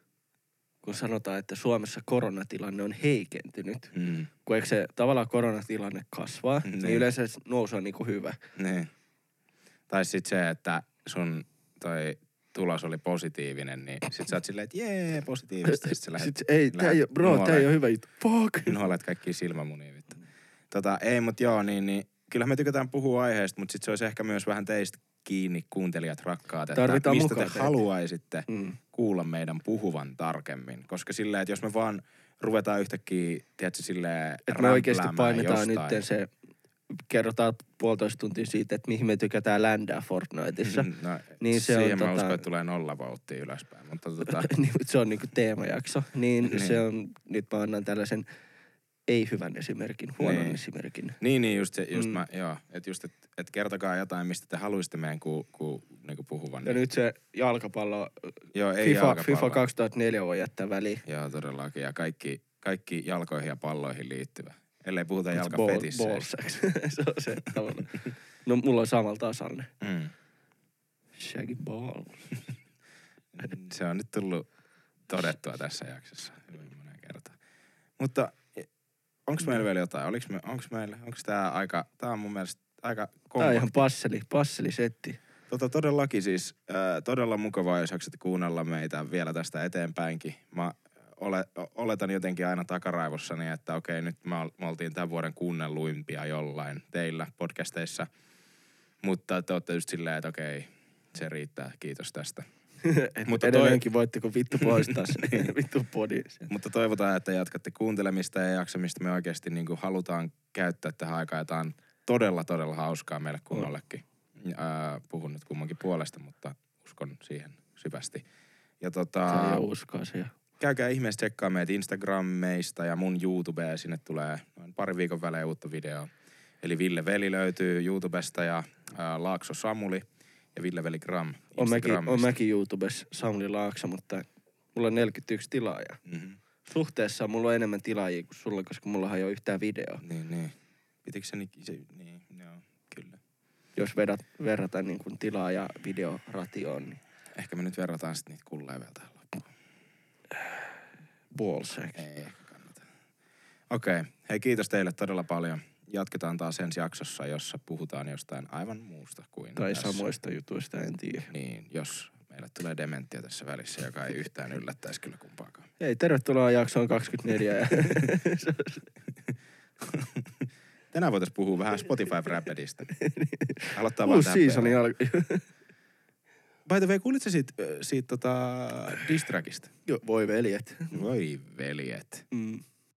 Speaker 1: kun sanotaan, että Suomessa koronatilanne on heikentynyt. Mm. Kun eikö se tavallaan koronatilanne kasvaa, mm. niin yleensä nousu on niinku hyvä.
Speaker 2: Niin. Tai sit se, että sun toi tulos oli positiivinen, niin sit sä oot silleen, että jee, positiivista. Sit sä lähet,
Speaker 1: sit, ei, tää ei, bro, nuolet, tää ei oo hyvä juttu. Fuck.
Speaker 2: Nuolet kaikkia silmämunia vittu. Tota, ei, mut joo, niin, niin kyllähän me tykätään puhua aiheesta, mutta sit se olisi ehkä myös vähän teistä kiinni, kuuntelijat rakkaat, että
Speaker 1: tarvitaan
Speaker 2: mistä te
Speaker 1: teitä.
Speaker 2: haluaisitte mm. kuulla meidän puhuvan tarkemmin. Koska silleen, että jos me vaan ruvetaan yhtäkkiä, tiedätkö, silleen
Speaker 1: että me oikeasti painetaan nyt se, kerrotaan puolitoista tuntia siitä, että mihin me tykätään ländää Fortniteissa.
Speaker 2: Mm, no,
Speaker 1: niin se
Speaker 2: siihen
Speaker 1: on,
Speaker 2: mä
Speaker 1: tota...
Speaker 2: uskon, että tulee nolla vauhtia ylöspäin. Mutta tota...
Speaker 1: se on niinku teemajakso. Niin, niin se on, nyt mä annan tällaisen ei hyvän esimerkin, huonon
Speaker 2: niin.
Speaker 1: esimerkin.
Speaker 2: Niin, niin just se, just mm. mä, joo. Että just, että et kertokaa jotain, mistä te haluaisitte meidän ku, ku, niinku puhuvan.
Speaker 1: Ja niin. nyt se jalkapallo,
Speaker 2: joo, ei
Speaker 1: FIFA,
Speaker 2: jalkapallo.
Speaker 1: FIFA kaksituhattaneljä voi jättää väliin.
Speaker 2: Joo, todellakin. Ja kaikki, kaikki jalkoihin ja palloihin liittyvä. Ellei puhuta jalkafetissä.
Speaker 1: Ball, ball sex. Se on se tavallaan. No mulla on samalla tasalle. Mm. Shaggy ball.
Speaker 2: Se on nyt tullut todettua tässä jaksossa. Moneen kertaan. Mutta onks meillä vielä jotain? Oliks me, onks meillä, onks tää aika, tää on mun mielestä aika kompakti.
Speaker 1: Tää on ihan passeli, passelisetti.
Speaker 2: Tota todellakin siis, äh, todella mukavaa, jos jaksatte kuunnella meitä vielä tästä eteenpäinkin. Mä ole, oletan jotenkin aina takaraivossani, että okei, nyt me, me oltiin tämän vuoden kuunnelluimpia jollain teillä podcasteissa. Mutta te ootte just silleen, että okei, se riittää, kiitos tästä.
Speaker 1: Mutta edelleenkin toi... voitteko vittu poistaa sen vittu podin.
Speaker 2: Mutta toivotaan, että jatkatte kuuntelemista ja jaksamista. Me oikeasti niin kuin halutaan käyttää tähän aikaan jotain todella, todella hauskaa meille kunnollekin. Äh, puhun nyt kummankin puolesta, mutta uskon siihen syvästi. Ja tota...
Speaker 1: Se ei ole uskoa siihen.
Speaker 2: Käykää ihmeessä tsekkaa meitä Instagrammeista ja mun YouTubea. Sinne tulee noin pari viikon välein uutta videoa. Eli Ville Veli löytyy YouTubesta ja ää, Laakso Samuli ja Ville Veli Gram
Speaker 1: on mäkin, on mäkin YouTubessa Samuli Laakso, mutta mulla on neljäkymmentäyksi tilaajaa. Mm-hmm. Suhteessa mulla on enemmän tilaajia kuin sulla, koska mullahan ei ole yhtään videoa.
Speaker 2: Niin, niin. Pitikö se niin, se, niin, joo, kyllä.
Speaker 1: Jos vedat, verrataan niin kuin tilaa ja videoratioon, niin...
Speaker 2: Ehkä me nyt verrataan sitten niitä kulleja vielä tähän loppuun.
Speaker 1: Ballsack.
Speaker 2: Ei ehkä kannata. Okei. Okay. Hei, kiitos teille todella paljon. Jatketaan taas ensi jaksossa, jossa puhutaan jostain aivan muusta kuin
Speaker 1: tai
Speaker 2: tässä.
Speaker 1: samoista jutuista, en tiedä.
Speaker 2: Niin, jos meille tulee dementia tässä välissä, joka ei yhtään yllättäisi kyllä kumpaakaan.
Speaker 1: Ei, tervetuloa jaksoon kaksikymmentäneljä.
Speaker 2: Tänään voitaisiin puhua vähän Spotify Rapidista. Aloittaa
Speaker 1: Uusi
Speaker 2: vaan
Speaker 1: seasoni alkoi.
Speaker 2: By the way, kuulitko siitä, siitä tota, distrackista?
Speaker 1: Joo, voi veljet.
Speaker 2: Voi veljet.
Speaker 1: Mm.